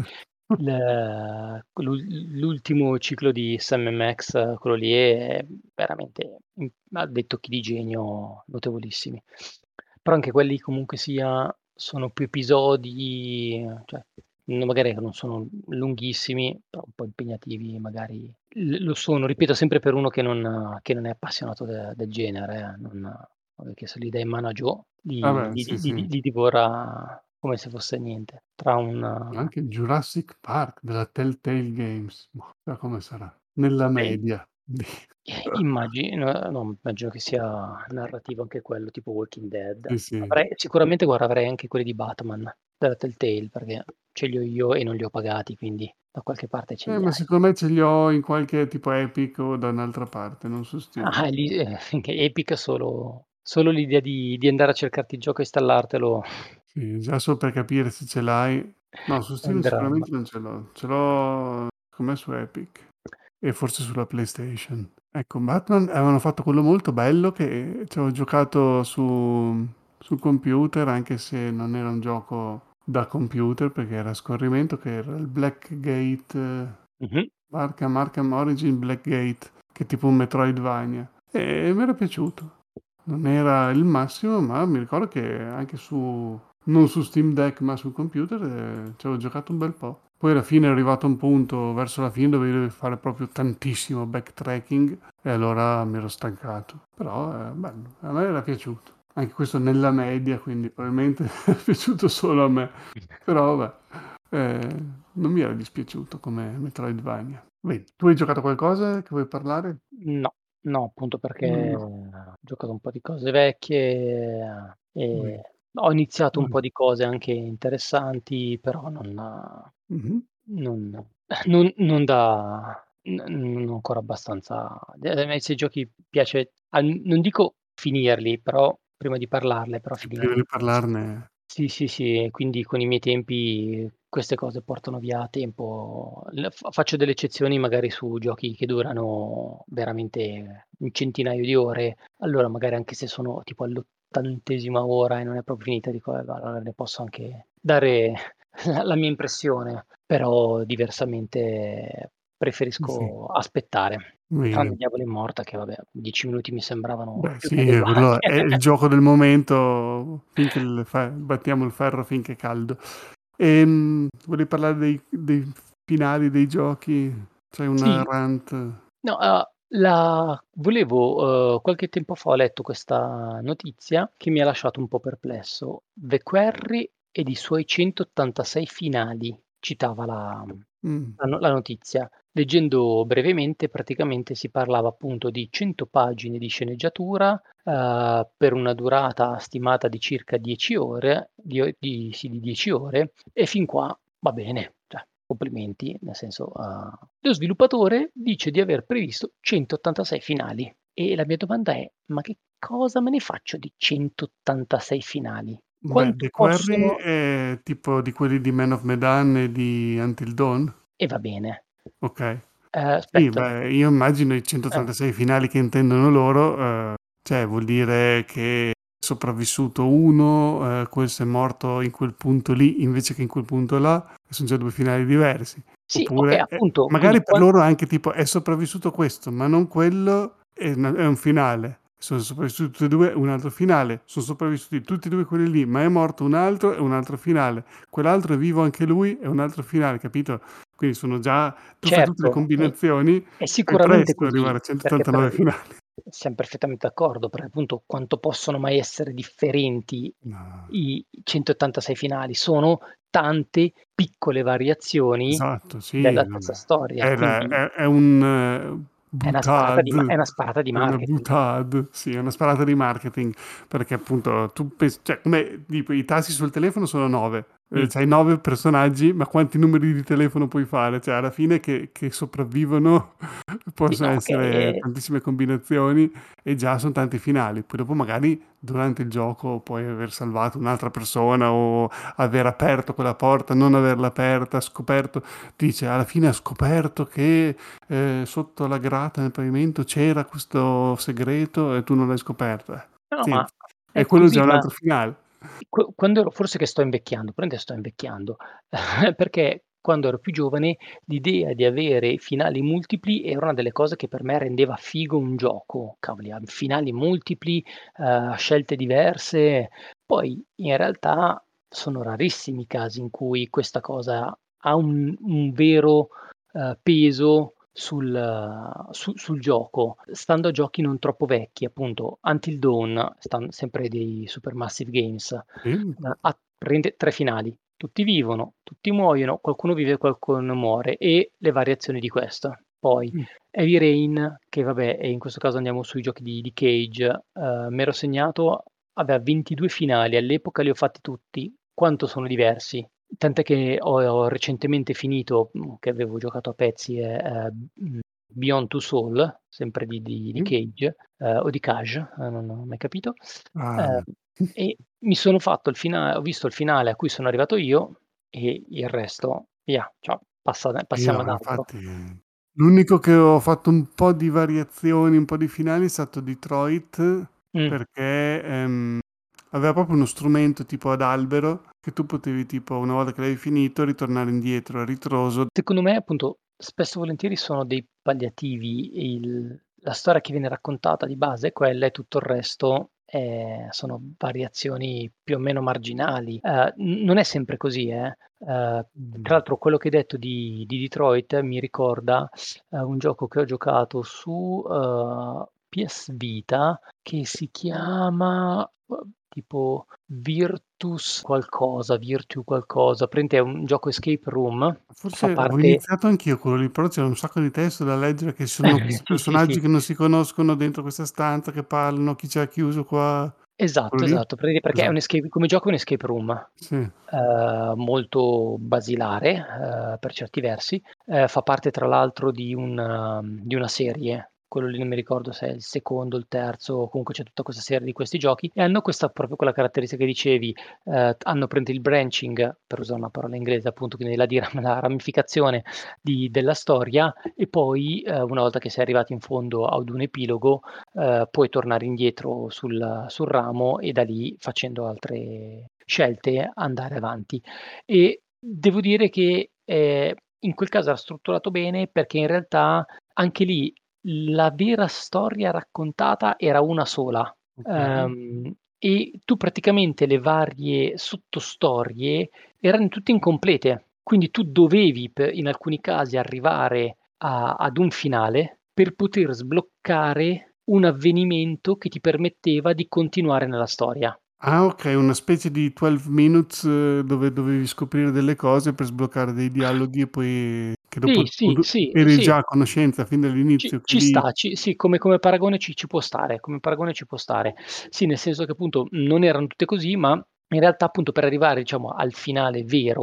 l'ultimo ciclo di Sam& Max, quello lì è veramente ha dei tocchi di genio notevolissimi. Però anche quelli comunque sia sono più episodi, cioè magari non sono lunghissimi, però un po' impegnativi magari. Lo sono, ripeto, sempre per uno che non è appassionato del genere, perché se li dai in mano a Joe li Vabbè, li sì, li sì. li li divora come se fosse niente. Tra un Anche Jurassic Park della Telltale Games, mah, chissà come sarà. Nella e media di immagino, no, immagino che sia narrativo anche quello, tipo Walking Dead. sì, sì. Avrei sicuramente, guarda, avrei anche quelli di Batman, della Telltale, perché ce li ho io e non li ho pagati, quindi da qualche parte ce li Ma hai. secondo me ce li ho in qualche tipo Epic o da un'altra parte, non su Steam. Lì, finché Epic solo l'idea di andare a cercarti il gioco e installartelo Sì, già solo per capire se ce l'hai. No, su è un Steam dramma. sicuramente non ce l'ho. Ce l'ho secondo me su Epic e forse sulla PlayStation. Ecco, Batman avevano fatto quello molto bello che ci avevo giocato sul computer, anche se non era un gioco da computer perché era a scorrimento, che era il Blackgate, Mh-mh. Arkham Origin Blackgate, che è tipo un Metroidvania. E mi era piaciuto. Non era il massimo, ma mi ricordo che anche non su Steam Deck, ma sul computer, ci avevo giocato un bel po'. Poi alla fine è arrivato un punto, verso la fine, dove dovevi fare proprio tantissimo backtracking e allora mi ero stancato. Però è bello, a me era piaciuto. Anche questo nella media, quindi probabilmente è piaciuto solo a me. Però vabbè, non mi era dispiaciuto come Metroidvania. Bene, tu hai giocato qualcosa che vuoi parlare? No, no, appunto perché No, no. ho giocato un po' di cose vecchie, Vai, e ho iniziato un vai. po' di cose anche interessanti, però Mhm. non non da non ancora abbastanza. A me se i giochi piace non dico finirli, però prima di parlarle, però Sì, prima di finirli. parlarne. Sì, sì, sì, quindi con i miei tempi queste cose portano via tempo. Faccio delle eccezioni magari su giochi che durano veramente un centinaio di ore, allora magari anche se sono tipo all'80ª ora e non è proprio finita, dico: allora ne posso anche dare la mia impressione", però diversamente Sì, sì, preferisco aspettare. Tranne bene. Diavolo Immortal che vabbè, 10 minuti mi sembravano Beh più sì, che adeguati. quello è il gioco del momento, finché battiamo il ferro finché è caldo. Volevi parlare dei finali dei giochi? C'hai una Sì. rant? No, la volevo qualche tempo fa ho letto questa notizia che mi ha lasciato un po' perplesso. The Quarry ed i suoi 186 finali, citava Mh, la notizia. Leggendo brevemente, praticamente si parlava appunto di 100 pagine di sceneggiatura, per una durata stimata di circa 10 ore, di 10 ore, e fin qua va bene, cioè complimenti, nel senso, lo sviluppatore dice di aver previsto 186 finali e la mia domanda è: ma che cosa me ne faccio di 186 finali? Beh, Quanto The Quarry possono è tipo di quelli di Man of Medan e di Until Dawn? e va bene. Ok. Sì, Aspetta, beh, io immagino i eh, 186 finali che intendono loro, cioè vuol dire che è sopravvissuto uno, questo è morto in quel punto lì invece che in quel punto là, e sono già due finali diversi. sì, okay, Oppure, appunto, quindi magari per loro anche tipo è sopravvissuto questo, ma non quello, è un finale. Sono sopravvissuti tutti e due, un altro finale. Sono sopravvissuti tutti e due quelli lì, ma è morto un altro e un altro finale. Quell'altro è vivo anche lui, è un altro finale, capito? Quindi sono già, tu fai tutte le certo, combinazioni, è fai sicuramente presto ad così, arrivare a perché 189 finali. siam perfettamente d'accordo, perché appunto quanto possono mai essere differenti No. i 186 finali? Sono tante piccole variazioni Esatto, sì, della vabbè. stessa storia, quindi È un è boutade, una sparata di è una marketing. boutade, sì, è una sparata di marketing, perché appunto tu pensi, cioè come tipo i tasti sul telefono sono 9, Mh. c'hai 9 personaggi, ma quanti numeri di telefono puoi fare? Cioè alla fine che sopravvivono Sì, possono no, essere che tantissime combinazioni e già sono tanti finali. Poi dopo magari durante il gioco puoi aver salvato un'altra persona o aver aperto quella porta, non averla aperta, scoperto, dice alla fine ha scoperto che sotto la grata nel pavimento c'era questo segreto e tu non l'hai scoperto. no, Sì, ma e è quello così, già è un ma altro finale. quando ero forse che sto invecchiando, probabilmente sto invecchiando, perché quando ero più giovane l'idea di avere finali multipli era una delle cose che per me rendeva figo un gioco. Cavoli, a finali multipli, scelte diverse. Poi in realtà sono rarissimi i casi in cui questa cosa ha un vero, peso sul gioco. Stando a giochi non troppo vecchi, appunto, Until Dawn, sempre dei Supermassive Games, Sì. ha prende 3 finali. Tutti vivono, tutti muoiono, qualcuno vive e qualcuno muore e le variazioni di questo. Poi Heavy Rain, che vabbè, e in questo caso andiamo sui giochi di Cage, m'ero segnato, aveva 22 finali, all'epoca li ho fatti tutti. Quanto sono diversi? Tant'è che ho recentemente finito, che avevo giocato a pezzi, Beyond Two Soul, sempre di Sì. Cage, o di Cage, non ho mai capito. Ah, Ehm, e mi sono fatto ho visto il finale a cui sono arrivato io e il resto via, ciao, sì, passiamo no, ad altro. infatti l'unico che ho fatto un po' di variazioni, un po' di finali è stato Detroit, Mh. perché aveva proprio uno strumento tipo ad albero che tu potevi tipo una volta che l'avevi finito ritornare indietro a ritroso. Secondo me, appunto, spesso e volentieri sono dei palliativi. La storia che viene raccontata di base è quella e tutto il resto, sono variazioni più o meno marginali. Non è sempre così, tra Mm. l'altro quello che hai detto di Detroit mi ricorda, un gioco che ho giocato su, PS Vita che si chiama, tipo Virtue qualcosa, praticamente è un gioco escape room, fa Forse ho parte iniziato anch'io quello lì, però c'era un sacco di testo da leggere che ci sono questi sì, sì, personaggi sì, che non si conoscono dentro questa stanza, che parlano, chi ci ha chiuso qua. Quello esatto, lì? esatto, perché è un Esatto. escape come gioco è un escape room, Sì. molto basilare, per certi versi, fa parte tra l'altro di una serie, quello lì non mi ricordo se è il secondo, il terzo, comunque c'è tutta questa serie di questi giochi e hanno questa proprio quella caratteristica che dicevi, hanno prende il branching, per usare una parola inglese appunto, quindi la ramificazione della storia e poi, una volta che sei arrivati in fondo ad un epilogo, puoi tornare indietro sul ramo e da lì, facendo altre scelte, andare avanti. E devo dire che, in quel caso era strutturato bene perché in realtà anche lì la vera storia raccontata era una sola, Okay. e tu praticamente le varie sottostorie erano tutte incomplete. Quindi tu dovevi in alcuni casi arrivare ad un finale per poter sbloccare un avvenimento che ti permetteva di continuare nella storia. Ah, okay, una specie di 12 Minutes, dove dovevi scoprire delle cose per sbloccare dei dialoghi e poi che dopo Sì, tu sì, sì, eri sì, già a conoscenza fin dall'inizio che ci lì sta, sì, come paragone ci può stare, come paragone ci può stare. Sì, nel senso che appunto non erano tutte così, ma in realtà appunto per arrivare diciamo al finale vero,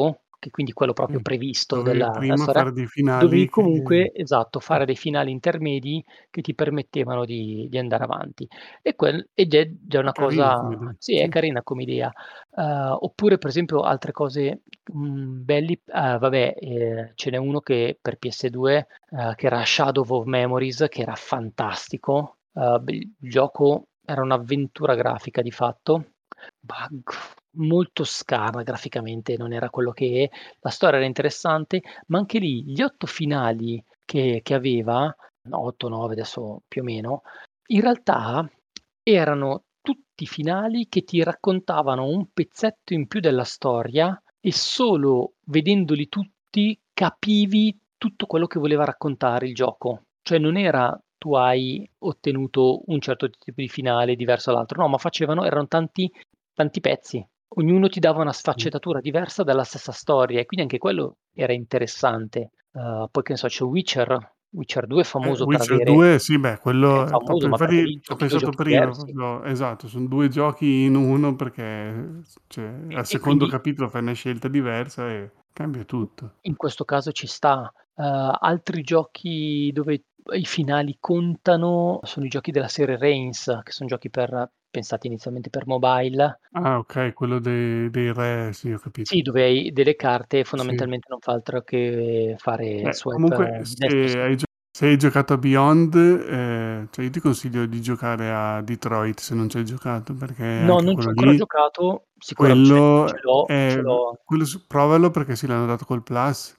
che quindi quello proprio previsto Dovevi della prima storia, fare dei dovevi finali che comunque, esatto, fare dei finali intermedi che ti permettevano di andare avanti. Ed è già è una carino come cosa, idea, sì, è sì. carina come idea. Oppure per esempio altre cose, belli, vabbè, ce n'è uno che per PS2, che era Shadow of Memories, che era fantastico. Il gioco era un'avventura grafica di fatto, bug molto scarna graficamente, non era quello che è. La storia era interessante, ma anche lì gli 8 finali che aveva, no, 8, 9 adesso più o meno, in realtà erano tutti finali che ti raccontavano un pezzetto in più della storia e solo vedendoli tutti capivi tutto quello che voleva raccontare il gioco. Cioè non era tu hai ottenuto un certo tipo di finale diverso dall'altro, no, ma erano tanti pezzi. Ognuno ti dava una Mh. sfaccettatura diversa della stessa storia e quindi anche quello era interessante. Poi che ne so, c'è Witcher 2 è famoso per Witcher avere 2 sì, beh, è quello è famoso, proprio ma perché infatti lì c'ho giochi 2 pensato giochi prima, diversi. proprio esatto, son 2 giochi in 1 perché cioè, al E secondo quindi capitolo fai una scelta diversa e cambia in tutto. in questo caso ci sta. Altri giochi dove i finali contano sono i giochi della serie Reigns, che son giochi pensati inizialmente per mobile. Ah okay, quello dei re, sì, ho capito. Sì, dove hai delle carte e Sì. fondamentalmente non fa altro che fare swipe Comunque destro e sinistro. se hai giocato a Beyond, cioè io ti consiglio di giocare a Detroit se non ci hai giocato, perché No, anche non quello c'ho ancora lì giocato, ce quello l'ho ce è l'ho quello provalo perché sì, l'hanno dato col Plus,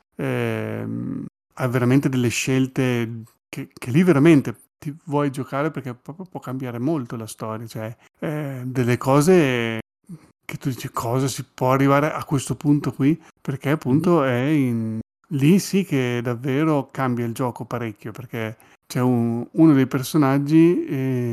ha veramente delle scelte che lì veramente ti vuoi giocare perché proprio può cambiare molto la storia, cioè, delle cose che tu dici: "Cosa si può arrivare a questo punto qui?" Perché mh-mh, appunto è in lì sì che davvero cambia il gioco parecchio, perché c'è uno dei personaggi,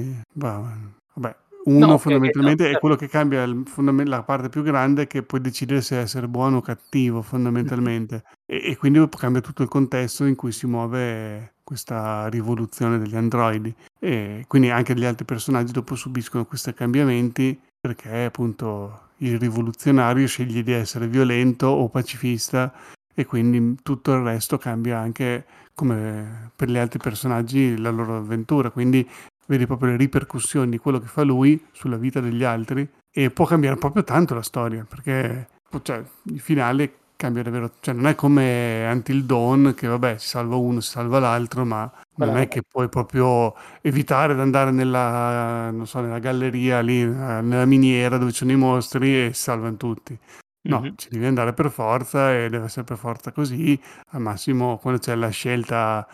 vabbè, no, uno okay, no, fondamentalmente è certo. quello che cambia la parte più grande, che puoi decidere se essere buono o cattivo Mh-mh, fondamentalmente, e quindi cambia tutto il contesto in cui si muove questa rivoluzione degli androidi, e quindi anche gli altri personaggi dopo subiscono questi cambiamenti perché appunto il rivoluzionario sceglie di essere violento o pacifista, e quindi tutto il resto cambia anche come per gli altri personaggi la loro avventura, quindi vedi proprio le ripercussioni di quello che fa lui sulla vita degli altri, e può cambiare proprio tanto la storia, perché cioè, il finale cambia davvero, cioè non è come Until Dawn che vabbè si salva uno, si salva l'altro, ma quella non è roba che puoi proprio evitare di andare nella, non so, nella galleria lì, nella miniera dove ci sono i mostri e si salvano tutti. No, mh-mh. ci devi andare per forza e deve essere per forza così. Al massimo, quando c'è la scelta,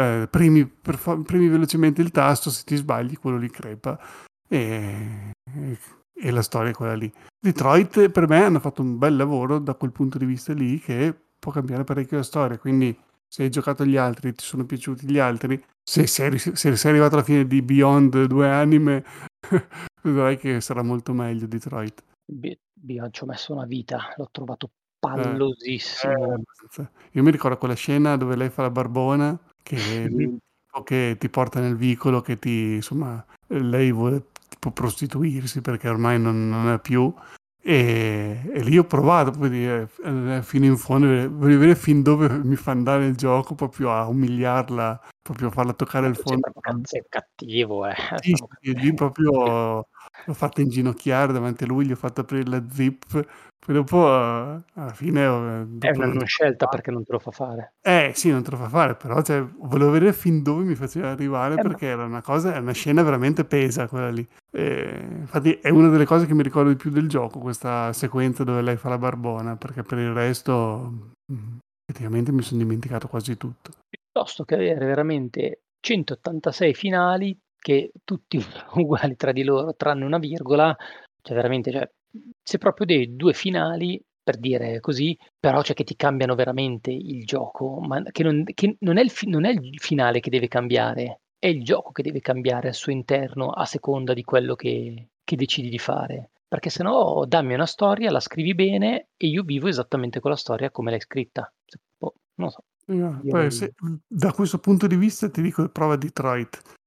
premi velocemente il tasto, se ti sbagli quello lì crepa e la storia è quella lì. Detroit per me hanno fatto un bel lavoro da quel punto di vista lì, che può cambiare parecchio la storia, quindi se hai giocato agli altri, ti sono piaciuti gli altri, se sei arrivato alla fine di Beyond 2 anime, vedrai che sarà molto meglio Detroit. Beyond ci ho messo una vita, l'ho trovato Eh, pallosissimo. abbastanza. Io mi ricordo quella scena dove lei fa la barbona, che Mh-mh. il tipo che ti porta nel vicolo, che ti insomma, lei vuole tipo prostituirsi perché ormai non è più, e lì ho provato poi fino in fondo, voglio vedere fin dove mi fa andare il gioco, proprio a umiliarla, proprio a farla toccare Ma il tu sei fondo. proprio sei cattivo, Sì, sì, proprio sì, lì cattivo. proprio l'ho fatta inginocchiare davanti a lui, gli ho fatto aprire la zip, poi dopo alla fine È dopo una non non ce l'ho scelta fatta. perché non te lo fa fare. Sì, non te lo fa fare, però cioè, volevo vedere fin dove mi faceva arrivare, Ma perché è una scena veramente pesa quella lì. Infatti è una delle cose che mi ricordo di più del gioco, questa sequenza dove lei fa la barbona, perché per il resto, effettivamente mi son dimenticato quasi tutto. piuttosto che avere veramente 186 finali che tutti uguali tra di loro, tranne una virgola, cioè veramente, cioè, se proprio devi 2 finali, per dire così, però cioè che ti cambiano veramente il gioco, ma che non è non è il finale che deve cambiare, è il gioco che deve cambiare al suo interno a seconda di quello che decidi di fare. Perché se no dammi una storia, la scrivi bene e io vivo esattamente quella storia come l'hai scritta. Boh, non lo so. No, Io poi non da questo punto di vista ti dico prova Detroit.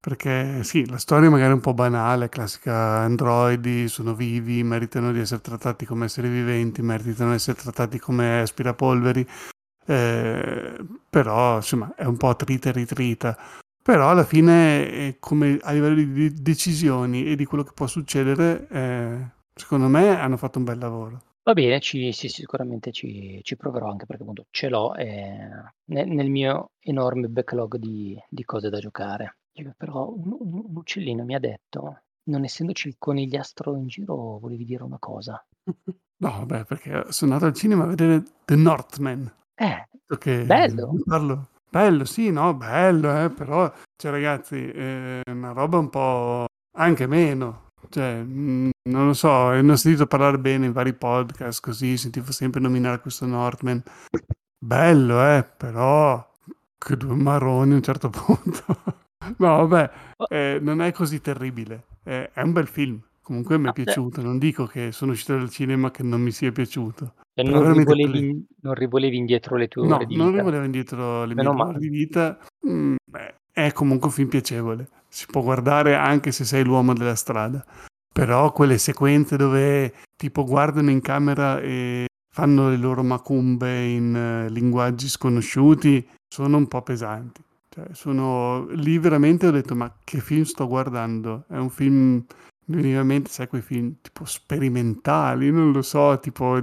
Perché sì, la storia magari è un po' banale, classica androidi, sono vivi, meritano di essere trattati come esseri viventi, meritano di essere trattati come aspirapolveri, eh, però insomma è un po' trita e ritrita. Però alla fine, come a livello di decisioni e di quello che può succedere, secondo me hanno fatto un bel lavoro. Va bene, sì, sicuramente ci proverò, anche perché appunto ce l'ho, nel mio enorme backlog di cose da giocare. Però un uccellino mi ha detto, non essendoci il conigliastro in giro, volevi dire una cosa. No, vabbè, perché sono andato al cinema a vedere The Northman. Eh, So che bello! ne parlo. Bello, sì, no, bello, però, cioè, ragazzi, è una roba un po' anche meno. Cioè, non lo so, ne ho sentito parlare bene in vari podcast, così, sentivo sempre nominare questo Northman. Bello, però, che due maroni a un certo punto. No, vabbè, Oh, non è così terribile. È un bel film. Comunque mi è ah, piaciuto. Non dico che sono uscito dal cinema che non mi sia piaciuto. e Però veramente per lì. non rivolevi indietro le tue ore No, di non vita. rivolevo indietro le mie Meno 2 ore male. di vita. Beh, è comunque un film piacevole. Si può guardare anche se sei l'uomo della strada. Però quelle sequenze dove tipo guardano in camera e fanno le loro macumbe in linguaggi sconosciuti sono un po' pesanti. Cioè, sono lì veramente ho detto, ma che film sto guardando? È un film, mi veniva in mente, sai, quei film tipo sperimentali, non lo so, tipo...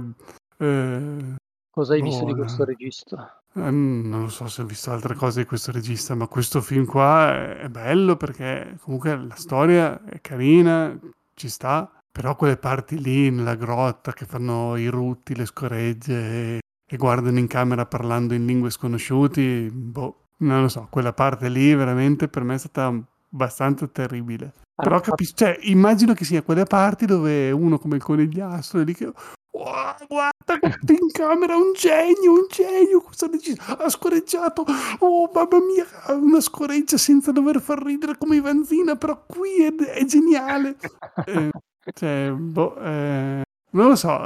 Cosa hai visto boh, di questo no. regista? Non lo so se ho visto altre cose di questo regista, ma questo film qua è bello perché comunque la storia è carina, ci sta, però quelle parti lì nella grotta che fanno i rutti, le scoregge e guardano in camera parlando in lingue sconosciuti, boh, non lo so, quella parte lì veramente per me è stata abbastanza terribile. Ah, Però capisco, cioè, immagino che sia quelle parti dove uno come il conigliastro è lì che "Wow, guarda in camera, un genio, questo regista ha scoreggiato, oh mamma mia, una scoreggia senza dover far ridere come Ivanzina, però qui è geniale." Eh, cioè, boh, non lo so,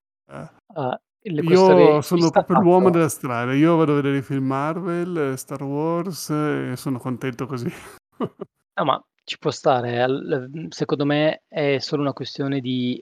ah, questo io sono regista ha proprio l'uomo fatto. della strada, io vado a vedere i film Marvel, Star Wars e sono contento così. No, ma ci può stare. Secondo me è solo una questione di,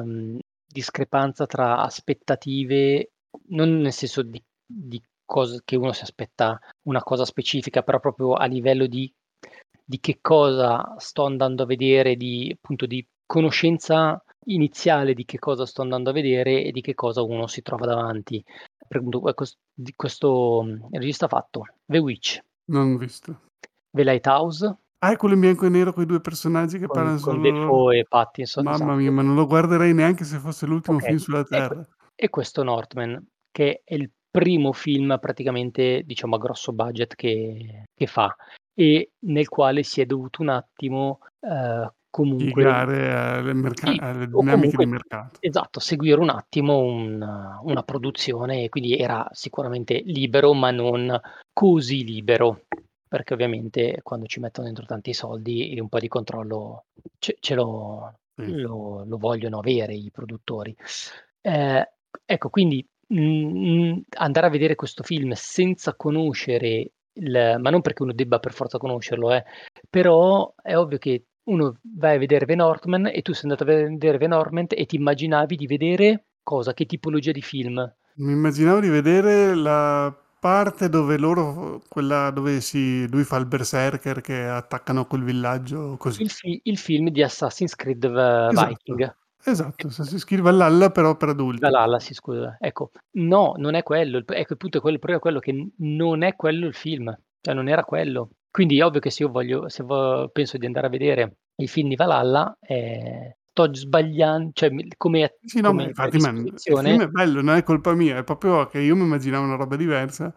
discrepanza tra aspettative, non nel senso di cose che uno si aspetta una cosa specifica, però proprio a livello di che cosa sto andando a vedere, di appunto di conoscenza iniziale di che cosa sto andando a vedere e di che cosa uno si trova davanti. Per appunto, di questo, regista ha fatto The Witch, Non ho visto. The Lighthouse, Ah, è quello in bianco e nero con i due personaggi che parlano con solo loro. Defoe e Pattinson, Mamma mia, esatto. ma non lo guarderei neanche se fosse l'ultimo Okay. film sulla E que Terra. e questo Northman, che è il primo film praticamente, diciamo, a grosso budget che fa, e nel quale si è dovuto un attimo, comunque Piegare sì, alle o dinamiche di comunque mercato. esatto, seguire un attimo una produzione, e quindi era sicuramente libero, ma non così libero, perché ovviamente quando ci mettono dentro tanti soldi un po' di controllo ce Sì. lo vogliono avere i produttori. Ehm, ecco, quindi, andare a vedere questo film senza conoscere ma non perché uno debba per forza conoscerlo, però è ovvio che uno vai a vedere The Northman e tu sei andato a vedere The Northman e ti immaginavi di vedere cosa? Che tipologia di film? Mi immaginavo di vedere la parte dove loro, quella dove lui fa il berserker che attaccano quel villaggio così. Il film di Assassin's Creed Esatto, Viking. esatto, se si scrive all'alla però per adulti. Valhalla, sì, scusa. Ecco, no, non è quello. Ecco, il punto è quello, il problema è quello che non è quello il film, cioè non era quello. Quindi è ovvio che se io voglio se vo penso di andare a vedere il film di Valhalla, sto sbaglian cioè Sì, no, ma come infatti, ma il film predisposizione. è bello, non è colpa mia, è proprio che io mi immaginavo una roba diversa,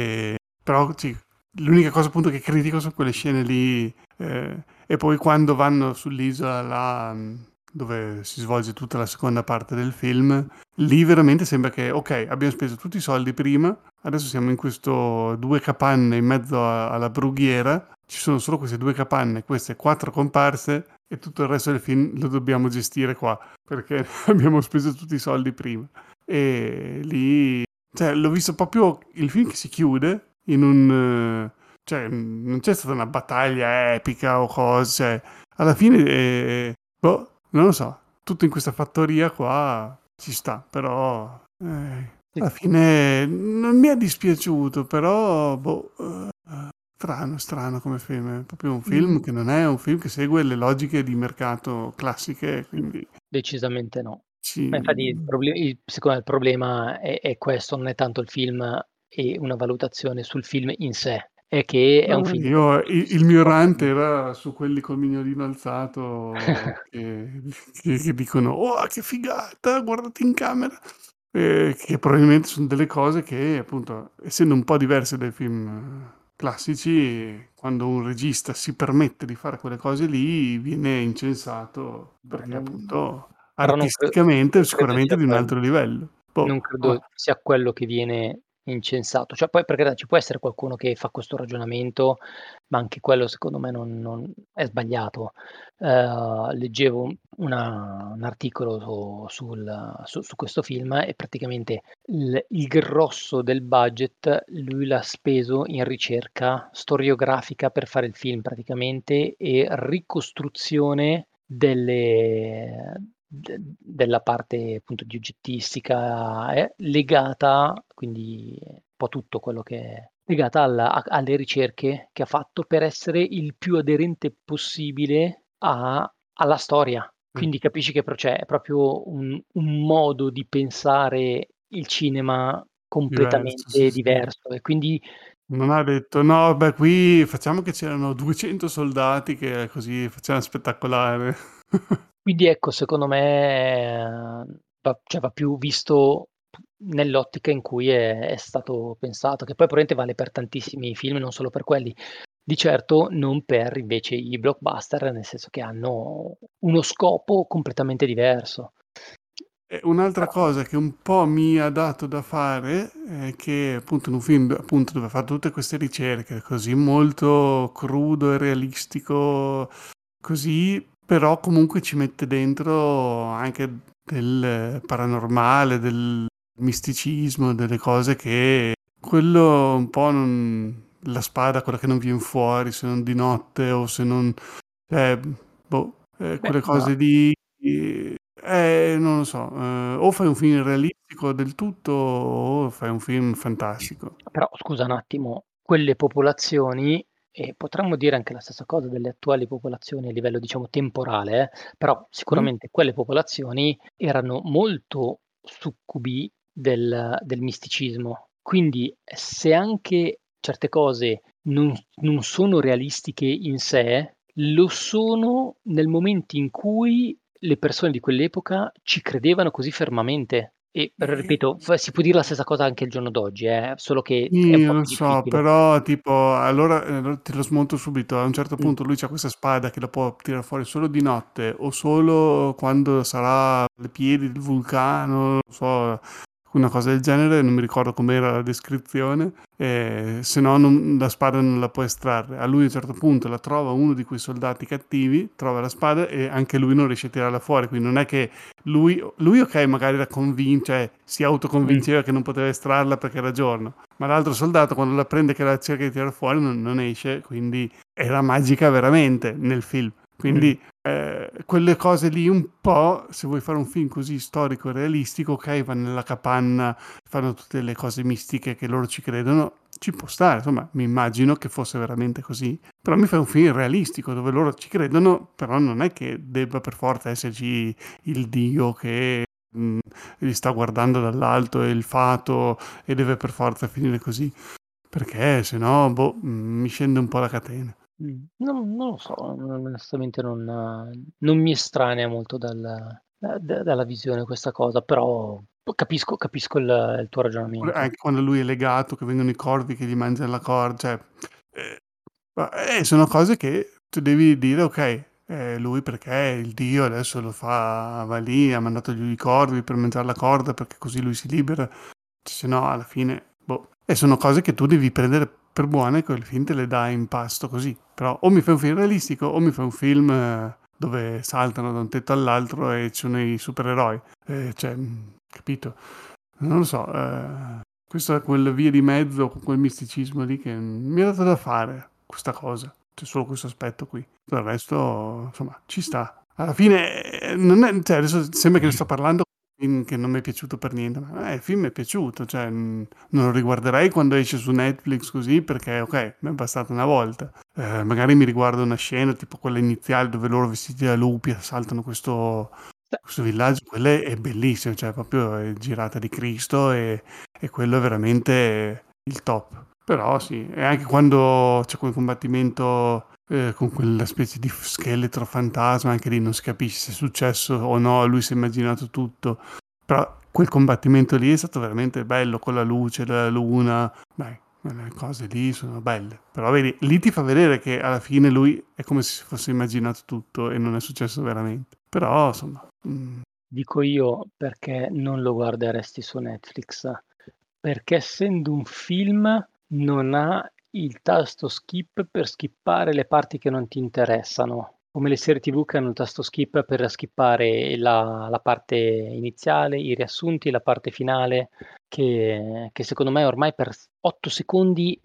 però sì, l'unica cosa appunto che critico sono quelle scene lì, e poi quando vanno sull'isola là, dove si svolge tutta la seconda parte del film, lì veramente sembra che, ok, abbiamo speso tutti i soldi prima, adesso siamo in questo due capanne in mezzo alla brughiera, ci sono solo queste due capanne, queste quattro comparse e tutto il resto del film lo dobbiamo gestire qua perché abbiamo speso tutti i soldi prima. E lì, cioè, l'ho visto proprio il film che si chiude in un, cioè, non c'è stata una battaglia epica o cose, cioè, alla fine, boh, non lo so, tutto in questa fattoria qua ci sta, però Sì. alla fine non mi è dispiaciuto, però, boh, strano, strano come film, è proprio un Mm, film che non è un film che segue le logiche di mercato classiche, mm, quindi decisamente no. Ma infatti ci... secondo me il problema è questo, non è tanto il film e una valutazione sul film in sé, è che è un No, film che io, appunto il si mio porta rant via. era su quelli col mignolino alzato che dicono, oh, che figata, guardate in camera. Che probabilmente sono delle cose che, appunto, essendo un po' diverse dai film classici, quando un regista si permette di fare quelle cose lì, viene incensato Ma perché, non appunto, però artisticamente è non credo sicuramente sia di un quello. altro livello. Non Boh, credo sia quello che viene incensato. Cioè poi per carità ci può essere qualcuno che fa questo ragionamento, ma anche quello secondo me non è sbagliato. Leggevo un articolo su questo film e praticamente il grosso del budget lui l'ha speso in ricerca storiografica per fare il film praticamente e ricostruzione della parte appunto di oggettistica legata, quindi un po' tutto quello che è legata alle ricerche che ha fatto per essere il più aderente possibile alla storia. eh, Quindi capisci che cioè, è proprio un modo di pensare il cinema diverso, sì, completamente sì. diverso e quindi Non ha detto: "No, beh, qui facciamo che c'erano 200 soldati che così facciamo spettacolare." ecco, secondo me va più visto nell'ottica in cui è stato pensato, che poi probabilmente vale per tantissimi film, non solo per quelli. Di certo non per invece i blockbuster, nel senso che hanno uno scopo completamente diverso. E un'altra Però cosa che un po' mi ha dato da fare è che appunto in un film appunto dove ha fatto tutte queste ricerche così molto crudo e realistico, così, però comunque ci mette dentro anche del paranormale, del misticismo, delle cose che quello un po' non... La spada, quella che non viene fuori se non di notte o se non... boh, beh, quelle ma cose lì, non lo so, o fai un film realistico del tutto o fai un film fantastico. Però scusa un attimo, quelle popolazioni, e potremmo dire anche la stessa cosa delle attuali popolazioni a livello diciamo temporale, però Mm? sicuramente quelle popolazioni erano molto succubi del misticismo. Quindi se anche certe cose non sono realistiche in sé, lo sono nel momento in cui le persone di quell'epoca ci credevano così fermamente. E Eh, ripeto, si può dire la stessa cosa anche al giorno d'oggi, solo che è un Sì, po' lo più so, difficile. però tipo, allora te lo smonto subito. A un certo Mh. punto lui c'ha questa spada che la può tirare fuori solo di notte o solo quando sarà alle piedi del vulcano, non so, una cosa del genere, non mi ricordo com'era la descrizione, se no la spada non la può estrarre. A lui a un certo punto la trova uno di quei soldati cattivi, trova la spada e anche lui non riesce a tirarla fuori, quindi non è che lui ok, magari era convinto, cioè si Mh. autoconvinceva che non poteva estrarla perché era giorno, ma l'altro soldato quando la prende che la cerca di tirare fuori non esce, quindi era magica veramente nel film. Mh. Quindi quelle cose lì un po', se vuoi fare un film così storico e realistico, ok, vanno nella capanna, fanno tutte le cose mistiche che loro ci credono, ci può stare, insomma, mi immagino che fosse veramente così, però mi fai un film realistico dove loro ci credono, però non è che debba per forza esserci il dio che li sta guardando dall'alto e il fato e deve per forza finire così, perché se no, boh, mi scende un po' la catena. Non lo so, onestamente non mi estranea molto dalla visione questa cosa, però capisco il tuo Oppure ragionamento. anche quando lui è legato, che vengono i corvi che gli mangiano la corda, cioè, eh, sono cose che tu devi dire, ok, lui perché il dio adesso lo fa, va lì, ha mandato gli i corvi per mangiare la corda perché così lui si libera, se no alla fine, boh. E sono cose che tu devi prendere per buone e quel film te le dà in pasto così. Però o mi fai un film realistico o mi fai un film dove saltano da un tetto all'altro e ci sono i supereroi. Cioè, capito? Non lo so. Questa quel via di mezzo, con quel misticismo lì che mi ha dato da fare questa cosa. C'è solo questo aspetto qui. Tutto il resto, insomma, ci sta. Alla fine, non è, cioè, adesso sembra che ne sto parlando che non mi è piaciuto per niente, ma il film è piaciuto, cioè non lo riguarderei quando esce su Netflix così perché ok, mi è bastata una volta. Magari mi riguardo una scena tipo quella iniziale dove loro vestiti da lupi assaltano questo villaggio, quella è bellissima, cioè proprio è girata di Cristo e quello è veramente il top. Però sì, e anche quando c'è quel combattimento con quella specie di scheletro fantasma, anche lì non si capisce se è successo o no, lui si è immaginato tutto. Però quel combattimento lì è stato veramente bello con la luce, la luna, dai, quelle cose lì sono belle. Però vedi, lì ti fa vedere che alla fine lui è come se si fosse immaginato tutto e non è successo veramente. Però insomma, Dico io perché non lo guarderesti su Netflix, perché essendo un film non ha il tasto skip per skippare le parti che non ti interessano, come le serie TV che hanno il tasto skip per skippare la parte iniziale, i riassunti, la parte finale, che secondo me ormai per 8 secondi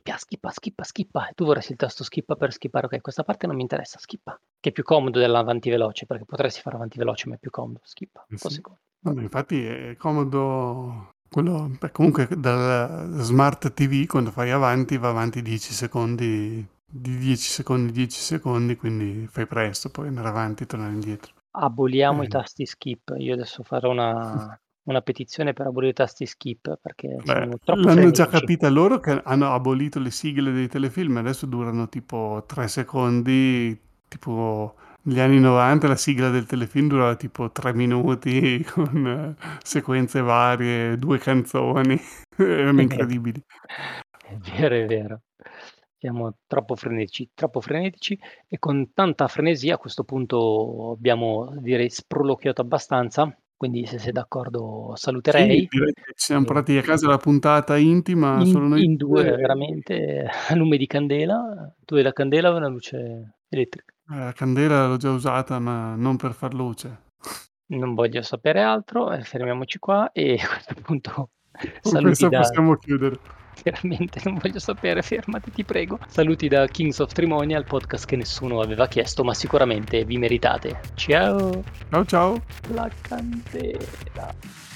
skippa, e tu vorresti il tasto skip per skippare, ok, questa parte non mi interessa, skippa, che è più comodo dell'avanti veloce, perché potresti fare avanti veloce, ma è più comodo, skippa, 8 sì. secondi. Vabbè, infatti è comodo quello, beh, comunque dal Smart TV quando fai avanti va avanti 10 secondi, di 10 secondi, 10 secondi, quindi fai presto, poi andare avanti e tornare indietro. Aboliamo i Eh, tasti skip. Io adesso farò una petizione per abolire i tasti skip perché beh, siamo troppo l'hanno già frenetici. capita loro che hanno abolito le sigle dei telefilm, adesso durano tipo 3 secondi, tipo negli anni 90 la sigla del telefilm durava tipo 3 minuti con sequenze varie, 2 canzoni, erano incredibili. È vero, è vero. Siamo troppo frenetici e con tanta frenesia a questo punto abbiamo, direi, sproloquiato abbastanza. Quindi se sei d'accordo Sì, saluterei. direi che ci siamo E portati a casa la puntata intima, in, solo noi in due. due veramente a lume di candela. Tu hai la candela o una luce elettrica? La candela l'ho già usata, ma non per far luce. Non voglio sapere altro, fermiamoci qua e a questo punto Con saluti questo da possiamo chiudere. veramente non voglio sapere, fermati ti prego. Saluti da Kings of Trimonia, il podcast che nessuno aveva chiesto, ma sicuramente vi meritate. Ciao, Ciao ciao! la candela.